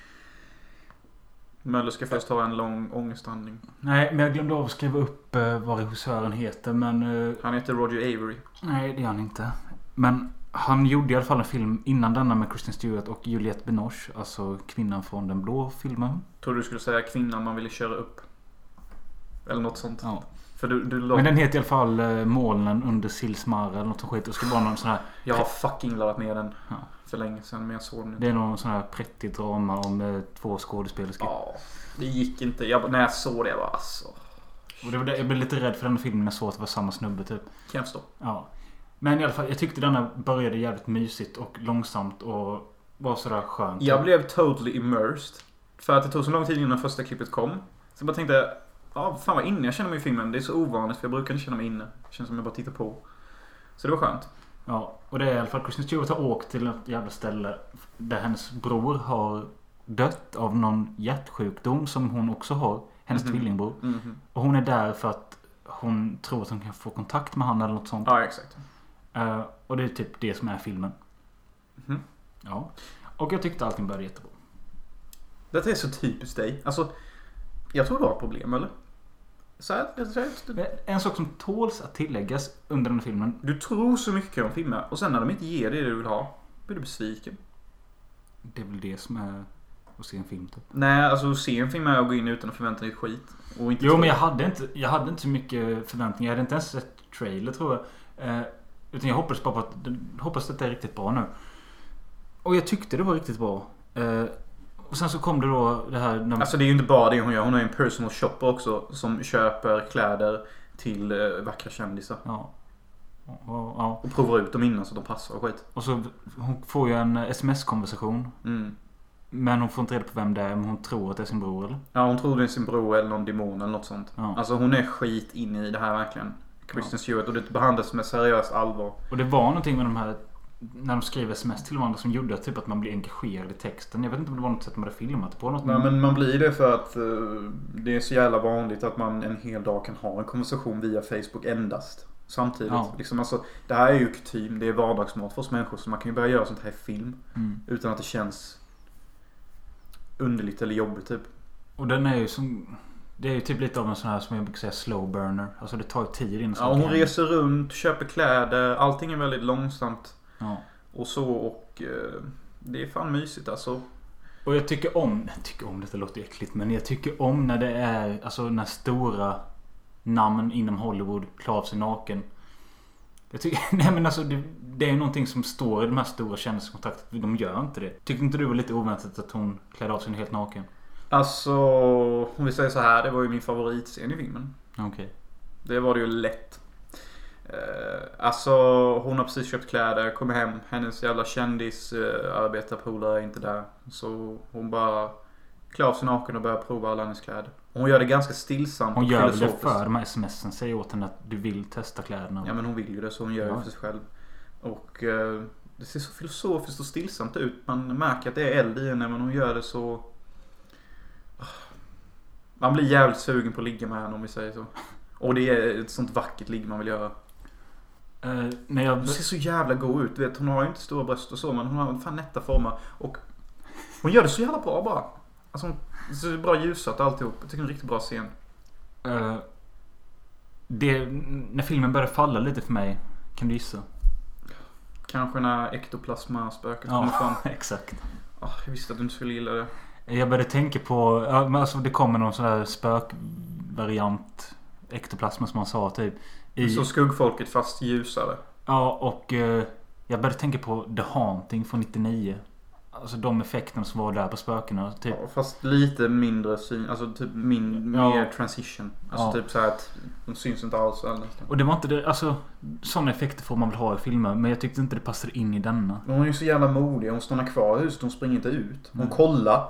Möller ska först ha en lång ångestandning. Nej, men jag glömde av att skriva upp uh, vad regissören heter. Men uh, Han heter Roger Avery. nej, det är han inte. Men han gjorde i alla fall en film innan denna med Kristen Stewart och Juliette Binoche. Alltså kvinnan från den blå filmen. Tror du skulle säga kvinnan man ville köra upp. Eller något sånt. Ja. För du, du låg... Men den heter i alla fall uh, Molnen under Silsmar eller något som skit. Det ska vara någon sån här... Jag har fucking laddat ner den. Ja. För länge sedan, men jag såg den Det inte. är någon sån här prettig drama om uh, två skådespelerskor. Ja, det gick inte. Jag, när jag såg det, jag bara alltså. Och det var det, jag blev lite rädd för den filmen när jag såg att det var samma snubbe typ. Kan jag förstå. Ja. Men i alla fall, jag tyckte denna började jävligt mysigt och långsamt och var sådär skönt. Jag blev totally immersed. För att det tog så lång tid innan första klippet kom. Så jag bara tänkte, ja fan vad inne jag känner mig i filmen. Det är så ovanligt för jag brukar inte känna mig inne. Det känns som jag bara tittar på. Så det var skönt. Ja, och det är i alla fall Kristen Stewart har åkt till ett jävla ställe där hennes bror har dött av någon hjärtsjukdom som hon också har. Hennes Mhm. tvillingbror. Mhm. Och hon är där för att hon tror att hon kan få kontakt med han eller något sånt. Ja, exakt. Uh, och det är typ det som är filmen. Mhm. Ja. Och jag tyckte allting började jättebra. Det är så typiskt dig. Alltså, jag tror du har ett problem, eller? Så här, så här, Men en sak som tåls att tilläggas under den här filmen. du tror så mycket om filmer och sen när de inte ger dig det du vill ha. blir du besviken. Det är väl det som är att se en film typ. Nej, alltså att se en film är att gå in utan att förvänta dig ett skit. Och inte jo, tro. men jag hade, inte, jag hade inte så mycket förväntningar. Jag hade inte ens sett trailer, tror jag. Eh, utan jag hoppades bara på att, hoppas att det är riktigt bra nu. Och jag tyckte det var riktigt bra. Eh, och sen så kom det då det här... När... Alltså det är ju inte bara det hon gör. Hon är en personal shopper också som köper kläder till eh, vackra kändisar. Ja. Ja, ja. Och provar ut dem innan så de passar och skit. Och så hon får ju en sms-konversation. Mm. Men hon får inte reda på vem det är. Men hon tror att det är sin bror, eller? Ja, hon tror det är sin bror eller någon demon eller något sånt. Ja. Alltså hon är skit inne i det här verkligen. Kristen Stewart. Och det behandlas med seriöst allvar. Och det var någonting med de här... När de skriver sms till varandra som gjorde typ att man blir engagerad i texten. Jag vet inte om det var något sätt man hade filmat på. Något. Nej, men man blir det för att uh, det är så jävla vanligt att man en hel dag kan ha en konversation via Facebook endast. Samtidigt. Ja. Liksom, alltså, det här är ju kutym. Det är vardagsmat för oss människor. Så man kan ju börja göra sånt här i film. Mm. Utan att det känns underligt eller jobbigt typ. Och den är ju som... Det är ju typ lite av en sån här som jag brukar säga slow burner. Alltså det tar ju tid in. Ja, hon reser runt, köper kläder. Allting är väldigt långsamt. Ja. Och så och eh, det är fan mysigt alltså. Och jag tycker om, jag tycker om, detta låter äckligt, men jag tycker om när det är, alltså när stora namn inom Hollywood klär av sig naken. Jag tycker, nej men alltså det, det är ju någonting som står i de här stora kändiskontrakten. De gör inte det. Tyckte inte du var lite oväntat att hon klädde av sig helt naken? Alltså, om vi säger så här, det var ju min favoritscen i filmen. Okej. Okay. Det var det ju lätt. Eh, alltså, hon har precis köpt kläder, kommer hem. Hennes jävla kändis eh, arbetarpolare är inte där. Så hon bara klär av sig naken och börjar prova alla hennes kläder. Hon gör det ganska stillsamt. Hon gör det för de här smsen. Säger åt henne att du vill testa kläderna. Ja, men hon vill ju det, så hon gör ja. det för sig själv. Och eh, det ser så filosofiskt och stillsamt ut. Man märker att det är eld i henne, men hon gör det så... Man blir jävligt sugen på att ligga med henne, om vi säger så. Och det är ett sånt vackert ligg man vill göra. Uh, när jag... Hon ser så jävla god ut. Vet, hon har ju inte stora bröst och så, men hon har fan nätta former. Och hon gör det så jävla bra bara. Alltså hon ser bra ljusat alltihop. Jag tycker det är en riktigt bra scen. Uh, det, när filmen börjar falla lite för mig, kan du gissa? Kanske när ektoplasma-spöket ja, kommer fram. Exakt. Oh, jag visste att du inte skulle gilla det. Jag började tänka på, ja, men alltså det kommer någon sån där spökvariant ektoplasma som man sa typ. I... Så skuggfolket fast ljusare. Ja, och eh, jag började tänka på The Haunting från nittionio. Alltså de effekterna som var där på spökena typ. Ja, fast lite mindre syn, alltså typ min, ja. mer transition. Alltså ja. Typ så här att de syns inte alls eller nästan. Och det var inte det, alltså sådana effekter får man väl ha i filmer, men jag tyckte inte det passade in i denna. Hon är ju så jävla modig, hon stannar kvar i huset, hon springer inte ut. Hon mm. kollar.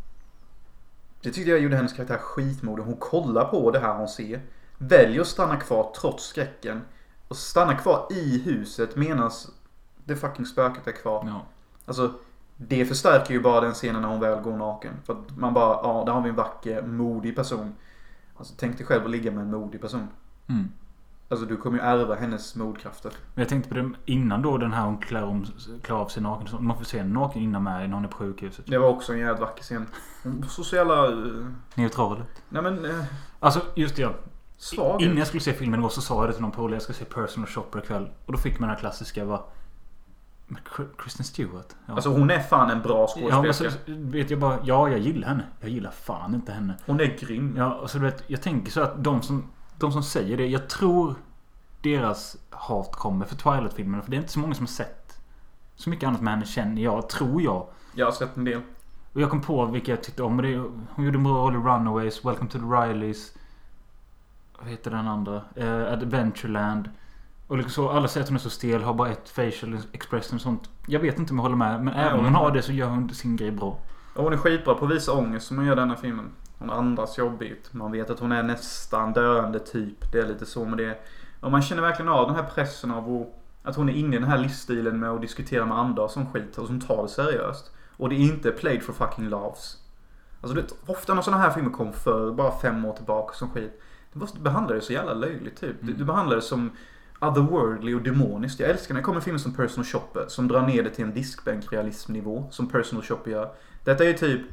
Det tyckte jag gjorde hennes karaktär skitmodig. Hon kollar på det här hon ser. Väljer att stanna kvar trots skräcken. Och stanna kvar i huset medan det fucking spöket är kvar. Ja. Alltså, det förstärker ju bara den scenen när hon väl går naken. För att man bara, ja, där har vi en vacker, modig person. Alltså, tänk dig själv att ligga med en modig person. Mm. Alltså, du kommer ju ärva hennes modkrafter. Men jag tänkte på det innan då, den här hon klär, om, klär av sig naken. Man får se en naken innan med när hon är på sjukhuset. Det var också en jävla vacker scen. Hon så så jävla... Uh... Neutralet. Nej men... Uh... Alltså, just det, ja. Svag. Innan jag skulle se filmen igår så sa jag det till någon polare. Jag ska se Personal Shopper ikväll. Och då fick man den här klassiska va, Kristen Stewart. Ja. Alltså hon är fan en bra skådespelerska. Ja, men så vet jag bara, ja jag gillar henne. Jag gillar fan inte henne. Hon är grym. Ja, och så du vet, jag tänker så att de som, de som säger det, jag tror deras hat kommer för Twilight-filmerna. För det är inte så många som har sett så mycket annat med henne känner jag, tror jag. Jag har sett en del. Och jag kom på vilka jag tyckte om. Det, hon gjorde en bra roll i Runaways, Welcome to the Rileys. Vad heter den andra? Uh, Adventureland. Och liksom så, alla säger att hon är så stel, har bara ett facial expression och sånt. Jag vet inte om jag håller med, men även om hon har det så gör hon sin grej bra. Och hon är skitbra på att visa ångest som hon gör denna filmen. Hon andas jobbigt. Man vet att hon är nästan döende typ. Det är lite så med det. Och man känner verkligen av den här pressen av att hon är inne i den här livsstilen med att diskutera med andra som skit och som tar det seriöst. Och det är inte played for fucking laughs. Alltså det, ofta när sådana här filmer kom för bara fem år tillbaka som skit. Det behandlar det så jävla löjligt typ. Mm. Du behandlar det som otherworldly och demoniskt. Jag älskar när det kommer filmer som Personal Shopper som drar ner det till en diskbänk-realismnivå som Personal Shopper gör. Detta är typ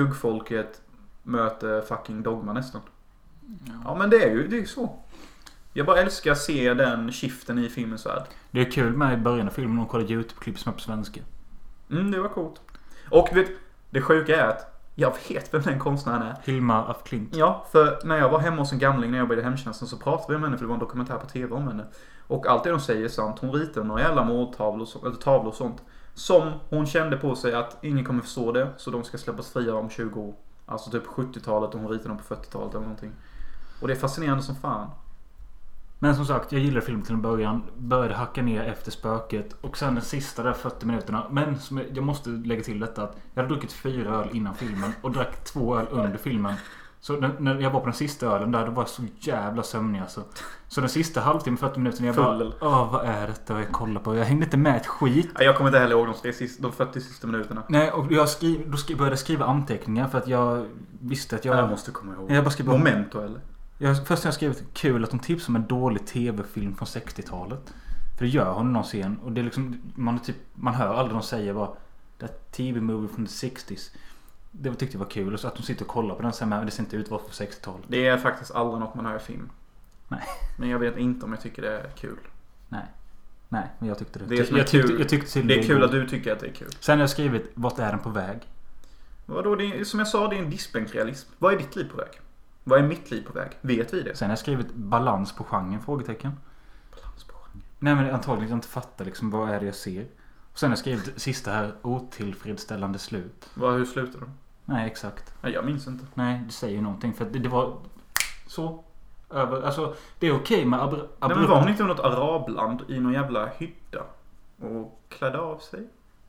skuggfolket möter fucking Dogma nästan. Ja, ja men det är ju det är så. Jag bara älskar att se den skiften i filmens värld. Det är kul med i början av filmen att kolla YouTube-klipp som är på svenska. Mm, det var coolt. Och vet, det sjuka är att jag vet vem den konstnären är. Hilma af Klint. Ja, för när jag var hemma hos en gamling när jag jobbade i hemtjänsten så pratade vi om henne för det var en dokumentär på tv om henne. Och allt det de säger är sant. Hon ritade några jävla måltavlor eller tavlor och sånt. Som hon kände på sig att ingen kommer förstå det. Så de ska släppas fria om tjugo år. Alltså typ sjuttiotalet och hon ritade dem på fyrtiotalet eller någonting. Och det är fascinerande som fan. Men som sagt, jag gillar filmen till en början. Började hacka ner efter spöket. Och sen den sista där fyrtio minuterna. Men som jag, jag måste lägga till detta att jag hade druckit fyra öl innan filmen. Och drack två öl under filmen. Så när, när jag var på den sista ölen där, då var jag så jävla sömnig alltså. Så den sista halvtimmen, fyrtio minuterna jag bara, Full. åh vad är detta jag kollar på? Jag hängde inte med ett skit. Jag kommer inte heller ihåg de, sista, de fyrtio sista minuterna. Nej, och jag skrev, då skrev, började skriva anteckningar för att jag visste att jag... Jag måste komma ihåg. Jag bara skrev, Momento eller? Jag, först har jag skrivit kul att de tipsar om en dålig tv-film från sextiotalet. För det gör hon någon scen. Och det är liksom, man, typ, man hör aldrig de säger bara that T V-movie from the sexties. Det tyckte jag var kul. Och så att de sitter och kollar på den sen, men det ser inte ut vad för sextiotalet. Det är faktiskt aldrig något man hör i film. Nej. Men jag vet inte om jag tycker det är kul. Nej. Nej, men jag tyckte det. Det är, som jag är tyckte, kul. jag tyckte till det är det kul igår. att du tycker att det är kul. Sen har jag skrivit, vart är den på väg? Vadå, det är, som jag sa, det är en diskbänkrealism. Vad är ditt liv på väg? Vad är mitt liv på väg? Vet vi det? Sen har jag skrivit balans på genren, frågetecken. Balans på genren. Nej, men antagligen jag inte fattar liksom vad är det jag ser. Och sen har jag skrivit sista här, otillfredsställande slut. Vad, hur slutar de? Nej, exakt. Nej, jag minns inte. Nej, det säger ju någonting. För det, det var så över, alltså det är okej med abr- abrupt. Nej, men var hon inte i något arabland i någon jävla hydda och klädde av sig?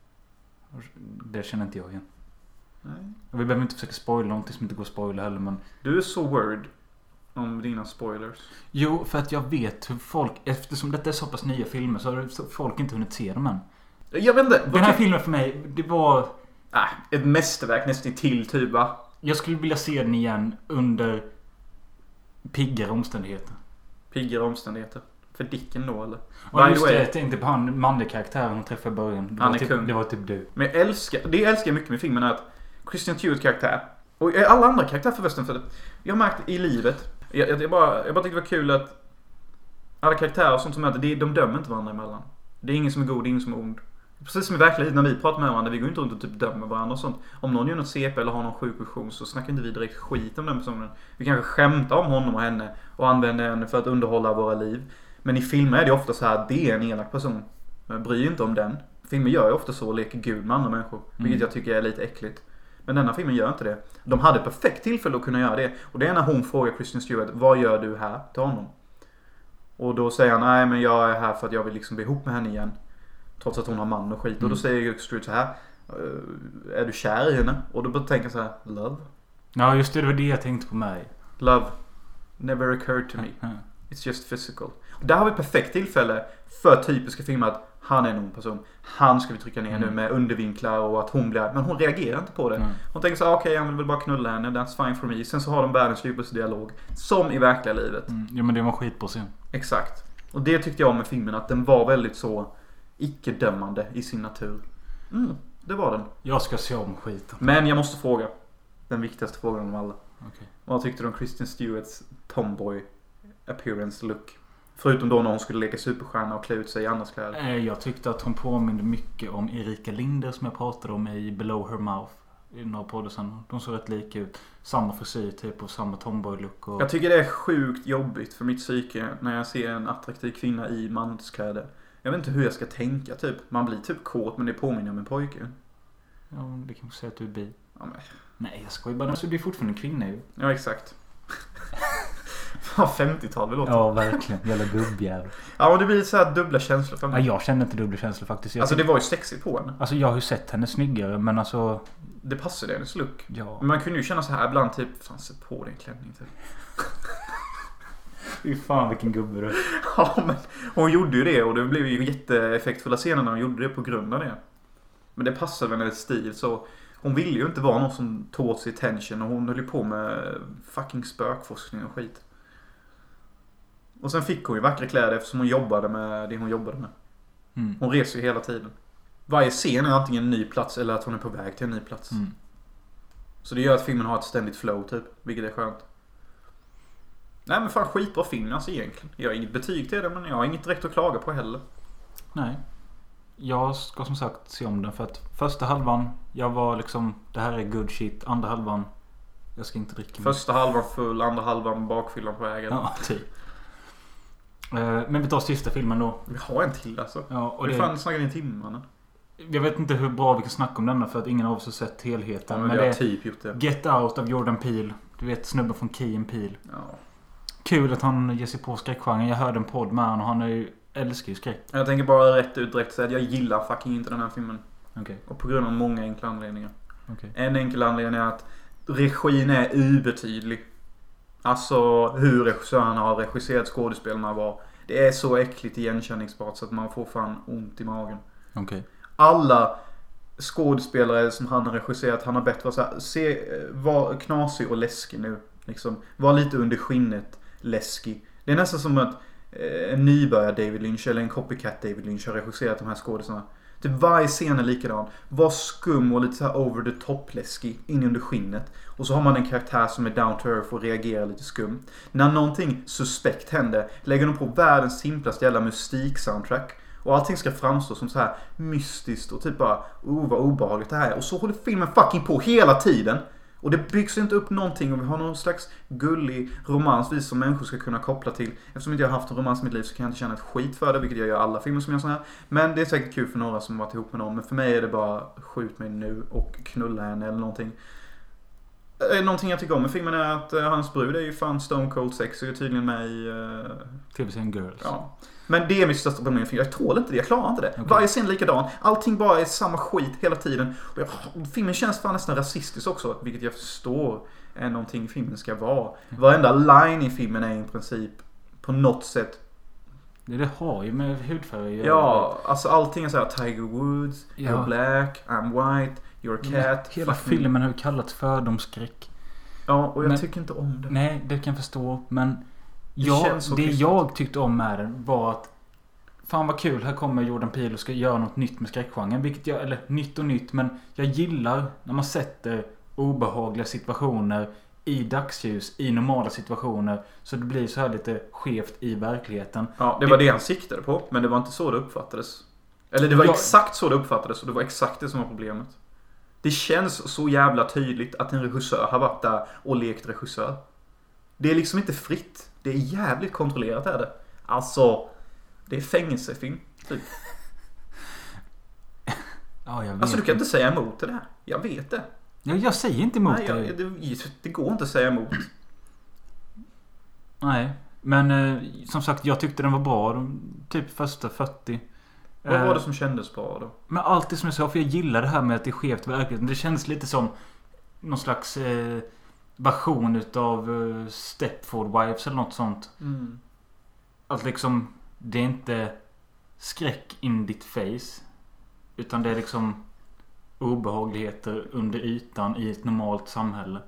Det känner inte jag igen. Nej. Och vi behöver inte försöka spoila någonting som inte går att spoila heller, men... Du är så word om dina spoilers. Jo, för att jag vet hur folk, eftersom detta är så pass nya filmer, så har folk inte hunnit se dem än. Jag vet inte. Den här okej. filmen för mig, det var... Ah, ett mästerverk nästan till typ, va? Jag skulle vilja se den igen under piggare omständigheter. Piggare omständigheter. För Dicken då, eller? Och By just the det, way, jag tänkte på han manliga karaktären hon träffade i början. Det Han var är typ, kung. det var typ du. men jag älskar, det jag älskar mycket med filmen är att Christian Stewart karaktär och alla andra karaktärer förresten, för det, jag har märkt i livet, jag, jag, jag, bara, jag bara tyckte det var kul att alla karaktärer och sånt som möter, de, de dömer inte varandra emellan. Det är ingen som är god, det är ingen som är ond. Precis som i verkligheten när vi pratar med varandra, vi går inte runt och typ dömer varandra och sånt. Om någon gör något C P eller har någon sjuk vision så snackar inte vi direkt skit om den personen. Vi kanske skämtar om honom och henne och använder henne för att underhålla våra liv. Men i filmer är det ofta så här, det är en elak person. Jag bryr inte om den. Filmer gör ju ofta så och leker gud med andra människor. Vilket Mm. jag tycker är lite äckligt. Men denna filmen gör inte det. De hade perfekt tillfälle att kunna göra det. Och det är när hon frågar Kristen Stewart, vad gör du här till honom? Och då säger han, nej men jag är här för att jag vill liksom bli ihop med henne igen. Trots att hon har man och skit. Mm. Och då säger ju Stewart så här, är du kär i henne? Och då börjar jag tänka så här, love? Ja, just det, det var det jag tänkte på mig. Love never occurred to me. Mm. It's just physical. Och där har vi ett perfekt tillfälle för typiska filmer att han är någon person. Han ska vi trycka ner Mm. nu med undervinklar och att hon blir... Men hon reagerar inte på det. Mm. Hon tänker så här, okej, okay, jag vill väl bara knulla henne. That's fine for me. Sen så har de världens djupaste dialog. Som i verkliga livet. Mm. Ja, men det var skit på scen. Exakt. Och det tyckte jag om med filmen. Att den var väldigt så icke-dömande i sin natur. Mm, det var den. Jag ska se om skiten. Men jag måste fråga. Den viktigaste frågan om alla. Okay. Vad tyckte du om Kristen Stewarts tomboy appearance look? Förutom då när hon skulle leka superstjärna och klä ut sig i andras kläder. Eh, Jag tyckte att hon påminde mycket om Erika Linder som jag pratade om i Below Her Mouth i några poddar sen. De såg rätt lika ut. Samma frisyr typ och samma tomboy-look. Och... Jag tycker det är sjukt jobbigt för mitt psyke när jag ser en attraktiv kvinna i manskläder. Jag vet inte hur jag ska tänka typ. Man blir typ kåt men det påminner om en pojke. Ja, det kan man säga att du är bi. Ja, men... Nej, jag skojar bara. Alltså, du är fortfarande en kvinna ju. ja exakt. Fan, femtiotal vi låter. Ja, verkligen. Jävla gubbjävel. Ja, men det blir så här dubbla känslor för Ja, mig. jag känner inte dubbla känslor faktiskt. Jag Alltså det tycker- var ju sexigt på henne. Alltså jag har ju sett henne snyggare, men alltså... Det passade hennes look. Ja. Men man kunde ju känna så här ibland typ, fan sätt på dig en klänning typ. Fy fan vilken gubbe du är. Ja, men hon gjorde ju det och det blev ju jätteeffektfulla scener när hon gjorde det på grund av det. Men det passade med hennes stil så hon ville ju inte vara någon som tog sig attention och hon höll ju på med fucking spökforskning och skit. Och sen fick hon ju vackra kläder eftersom hon jobbade med det hon jobbade med. Mm. Hon reser ju hela tiden. Varje scen är antingen en ny plats eller att hon är på väg till en ny plats. Mm. Så det gör att filmen har ett ständigt flow typ, vilket är skönt. Nej men fan skitbra film alltså egentligen. Jag har inget betyg till det men jag har inget direkt att klaga på heller. Nej. Jag ska som sagt se om den för att första halvan, jag var liksom, det här är good shit. Andra halvan, jag ska inte dricka. Första halvan full, andra halvan bakfyllan på vägen. Ja, typ. Men vi tar sista filmen då. Vi har en till alltså. Ja, och vi det... fan snackar i timmarna. Jag vet inte hur bra vi kan snacka om denna för att ingen av oss har sett helheten. Ja, men, men det har är typ gjort det. Get Out av Jordan Peele. Du vet snubben från Key and Peele. Ja. Kul att han ger sig på skräckgenren. Jag hörde en podd med honom och han är ju, älskar ju skräck. Jag tänker bara rätt ut direkt säga att jag gillar fucking inte den här filmen. Okay. Och på grund av många enkla anledningar. Okay. En enkel anledning är att regin är ubetydlig. Alltså hur regissörerna har regisserat skådespelarna var. Det är så äckligt igenkänningsbart så att man får fan ont i magen. Okay. Alla skådespelare som han har regisserat, han har bett vara så här, se, var knasig och läskig nu. Liksom, var lite under skinnet läskig. Det är nästan som att eh, en nybörjare David Lynch eller en copycat David Lynch har regisserat de här skådespelarna. Typ varje scen är likadan. Var skum och lite så här over the top läskig in under skinnet. Och så har man en karaktär som är down to earth och reagerar lite skum. När någonting suspekt händer lägger de på världens simplaste jävla musik-soundtrack. Och allting ska framstå som så här mystiskt och typ bara, oh vad obehagligt det här är. Och så håller filmen fucking på hela tiden. Och det byggs inte upp någonting och vi har någon slags gullig romans vi som människor ska kunna koppla till. Eftersom inte jag har haft en romans i mitt liv så kan jag inte känna ett skit för det, vilket jag gör i alla filmer som jag sån här. Men det är säkert kul för några som har varit ihop med någon. Men för mig är det bara skjut mig nu och knulla henne eller någonting. Någonting jag tycker om med filmen är att hans brud är ju fan Stone Cold Sex och är tydligen med i uh... T V-serien Girls. Ja. Men det är mitt största problem. Jag tål inte det, jag klarar inte det. Okay. Varje scen är likadan. Allting bara är samma skit hela tiden. Och jag, filmen känns fan nästan rasistisk också. Vilket jag förstår är någonting filmen ska vara. Mm. Varenda line i filmen är i princip på något sätt. Det, det har ju med hudfärg att göra. Ja, alltså allting är så här Tiger Woods, ja. You're black, I'm white, you're a cat. Ja, hela fucking... filmen har ju kallats fördomsskräck. Ja, och jag men, tycker inte om det. Nej, det kan jag förstå. Men det, jag, det jag tyckte om med den var att fan vad kul, här kommer Jordan Peele och ska göra något nytt med skräckgenren. Vilket jag, eller nytt och nytt, men jag gillar när man sätter obehagliga situationer i dagsljus, i normala situationer. Så det blir så här lite skevt i verkligheten. Ja, det var det han siktade på, men det var inte så det uppfattades. Eller det var jag... exakt så det uppfattades och det var exakt det som var problemet. Det känns så jävla tydligt att en regissör har varit där och lekt regissör. Det är liksom inte fritt. Det är jävligt kontrollerat är det. Alltså, det är fängelsefilm, typ. Ja, jag vet. Alltså, du kan inte säga emot det här. Jag vet det. Ja, jag säger inte emot Nej, jag, det. det. Det går inte att säga emot. Nej, men eh, som sagt, jag tyckte den var bra. Typ första fyrtio. Vad var det som kändes bra då? Men allt det som jag sa, för jag gillar det här med att det är skevt verkligheten. Det känns lite som någon slags eh, version utav eh, Stepford Wives eller något sånt. Mm. Att liksom, det är inte skräck in ditt face. Utan det är liksom obehagligheter under ytan i ett normalt samhälle.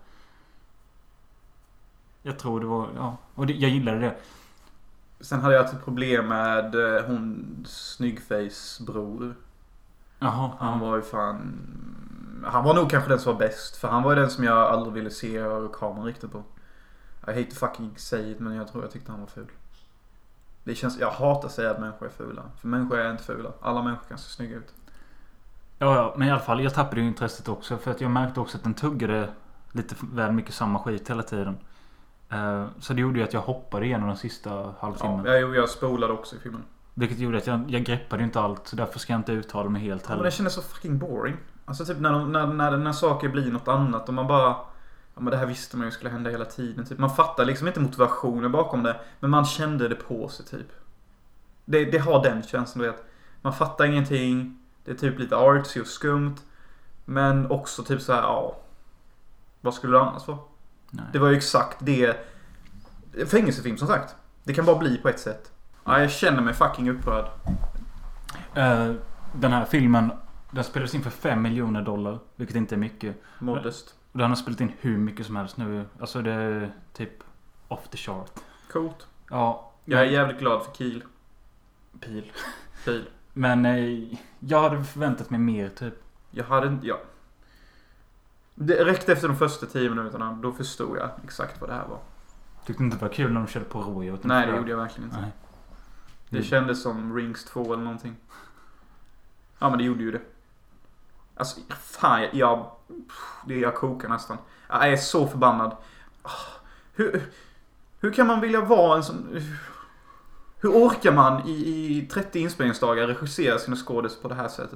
Jag tror det var, ja. Och det, jag gillade det. Sen hade jag ett problem med hon Snyggface bror. Jaha, han ja. var ju fan... Han var nog kanske den som var bäst. För han var ju den som jag aldrig ville se kameran riktigt på. I hate to fucking say it, men jag tror jag tyckte han var ful. Det känns, jag hatar att säga att människor är fula. För människor är inte fula. Alla människor kan se snygga ut. Ja, ja, men i alla fall, jag tappade ju intresset också. För att jag märkte också att den tuggade lite väl mycket samma skit hela tiden. Uh, så det gjorde ju att jag hoppade igenom den sista halvtimmen. Ja, jag, jag spolade också i filmen. Vilket gjorde att jag, jag greppade inte allt. Så därför ska jag inte uttala mig helt heller. Ja, men det kändes så fucking boring. Alltså typ när, när, när, när saker blir något annat och man bara... Ja, men det här visste man ju skulle hända hela tiden. Typ. Man fattar liksom inte motivationen bakom det. Men man kände det på sig typ. Det, det har den känslan, du vet. Man fattar ingenting. Det är typ lite artsy och skumt. Men också typ så här, ja. Vad skulle det annars vara? Nej. Det var ju exakt det. Fängelsefilm som sagt. Det kan bara bli på ett sätt. Ja, jag känner mig fucking upprörd. Uh, den här filmen, den spelades in för fem miljoner dollar. Vilket inte är mycket. Modest. Den har spelat in hur mycket som helst nu. Alltså det är typ off the chart. Coolt. Ja. Jag är jävligt glad för Kiel. Pil. Pil. Men eh, jag hade förväntat mig mer typ. Jag hade inte, ja. Det räckte efter de första tio minuterna. Då förstod jag exakt vad det här var. Tyckte inte det var kul när de körde på Rojo? Nej, det gjorde jag verkligen inte. Nej. Det Mm. kändes som Rings två eller någonting. Ja, men det gjorde ju det. Alltså, fan, jag... Det jag kokar nästan. Jag är så förbannad. Hur, hur kan man vilja vara en sån... Hur orkar man i, i trettio inspelningsdagar regissera sina skådespelare på det här sättet?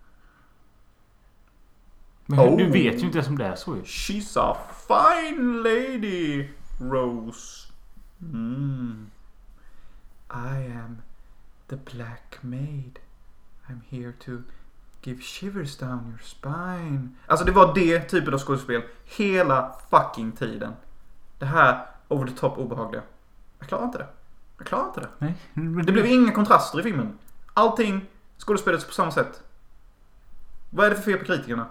Men Oh. du vet ju inte som det är så ju. She's a fine lady, Rose. Mm. I am the Black Maid. I'm here to give shivers down your spine. Alltså det var det typen av skådespel hela fucking tiden. Det här over the top obehagliga. Jag klarar inte det. Jag klarar inte det. Nej. Men Det blev inga kontraster i filmen. Allting skådespelades på samma sätt. Vad är det för fel på kritikerna?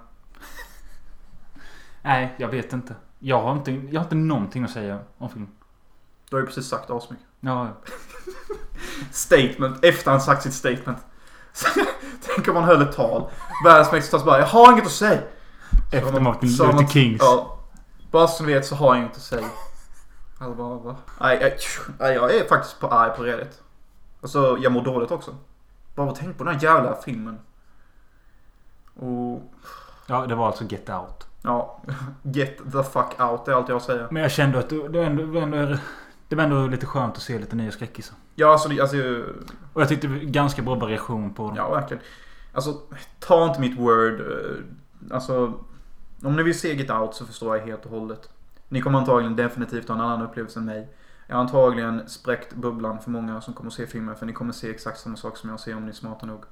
Nej, jag vet inte. Jag har inte, jag har inte någonting att säga om filmen. Du har ju precis sagt asmycket. Ja, Statement. Efter han sagt sitt statement. Tänk om man höll ett tal. Världens mäktigaste bara, jag har inget att säga. efter man- Martin så har Luther man- Kings. Ja. Bara så ni vet så har jag inget att säga. Alltså bara, va? Nej, jag, nej, jag är faktiskt på arg på Reddit. Alltså, jag mår dåligt också. Bara tänk på den här jävla filmen. Och... Ja, det var alltså Get Out. Ja, get the fuck out, det är allt jag säger. Men jag kände att det var ändå, det var ändå, det var ändå lite skönt att se lite nya skräckisar. Ja, alltså, det- alltså... Och jag tyckte det var ganska bra variation på dem. Ja, verkligen. Alltså, ta inte mitt word. eh, Alltså, om ni vill se Get Out så förstår jag helt och hållet. Ni kommer antagligen definitivt ha en annan upplevelse än mig. Jag har antagligen spräckt bubblan för många som kommer att se filmen. För ni kommer se exakt samma sak som jag ser om ni är smarta nog.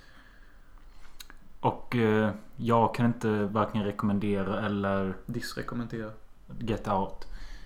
Och eh, jag kan inte varken rekommendera eller Disrekommendera. Get Out.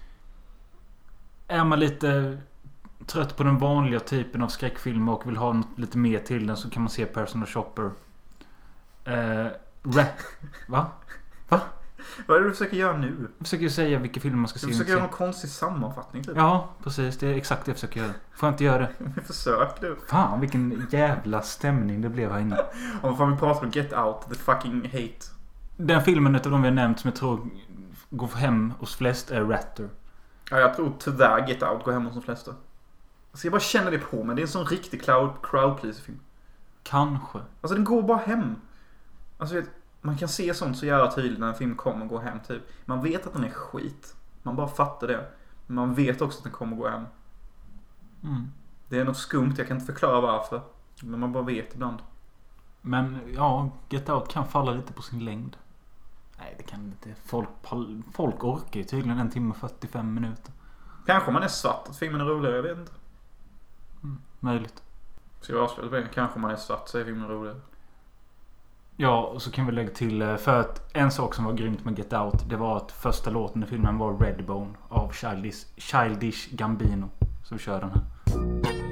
Är man lite trött på den vanliga typen av skräckfilmer och vill ha något lite mer till den så kan man se Personal Shopper. Eh, re- Va? Va? Vad är det du försöker göra nu? Jag försöker ju säga vilka filmer man ska se. Du och försöker inte göra se. någon konstig sammanfattning typ. Ja, precis. Det är exakt det jag försöker göra. Får jag inte göra det? Försök du. Fan, vilken jävla stämning det blev här inne. Om fan vi pratar om Get Out, the fucking hate. Den filmen utav de vi har nämnt som jag tror går hem hos flest är Ratter. Ja, jag tror tyvärr Get Out går hem hos de flesta. Alltså jag bara känner det på mig. Det är en sån riktig crowd, crowd pleaser film. Kanske. Alltså den går bara hem. Alltså vet, man kan se sånt så jävla tydligt när en film kommer gå hem typ. Man vet att den är skit. Man bara fattar det. Men man vet också att den kommer gå hem. Mm. Det är något skumt, jag kan inte förklara varför. Men man bara vet ibland. Men ja, Get Out kan falla lite på sin längd. Nej, det kan inte. Folk, pall- folk orkar ju tydligen en timme och fyrtiofem minuter. Kanske man är svart att filmen är roligare, jag vet inte. Mm, möjligt. Ska jag avslöja det? Kanske man är svart så är filmen roligare. Ja, och så kan vi lägga till för att en sak som var grymt med Get Out, det var att första låten i filmen var Redbone av Childish, Childish Gambino. Så vi kör den här.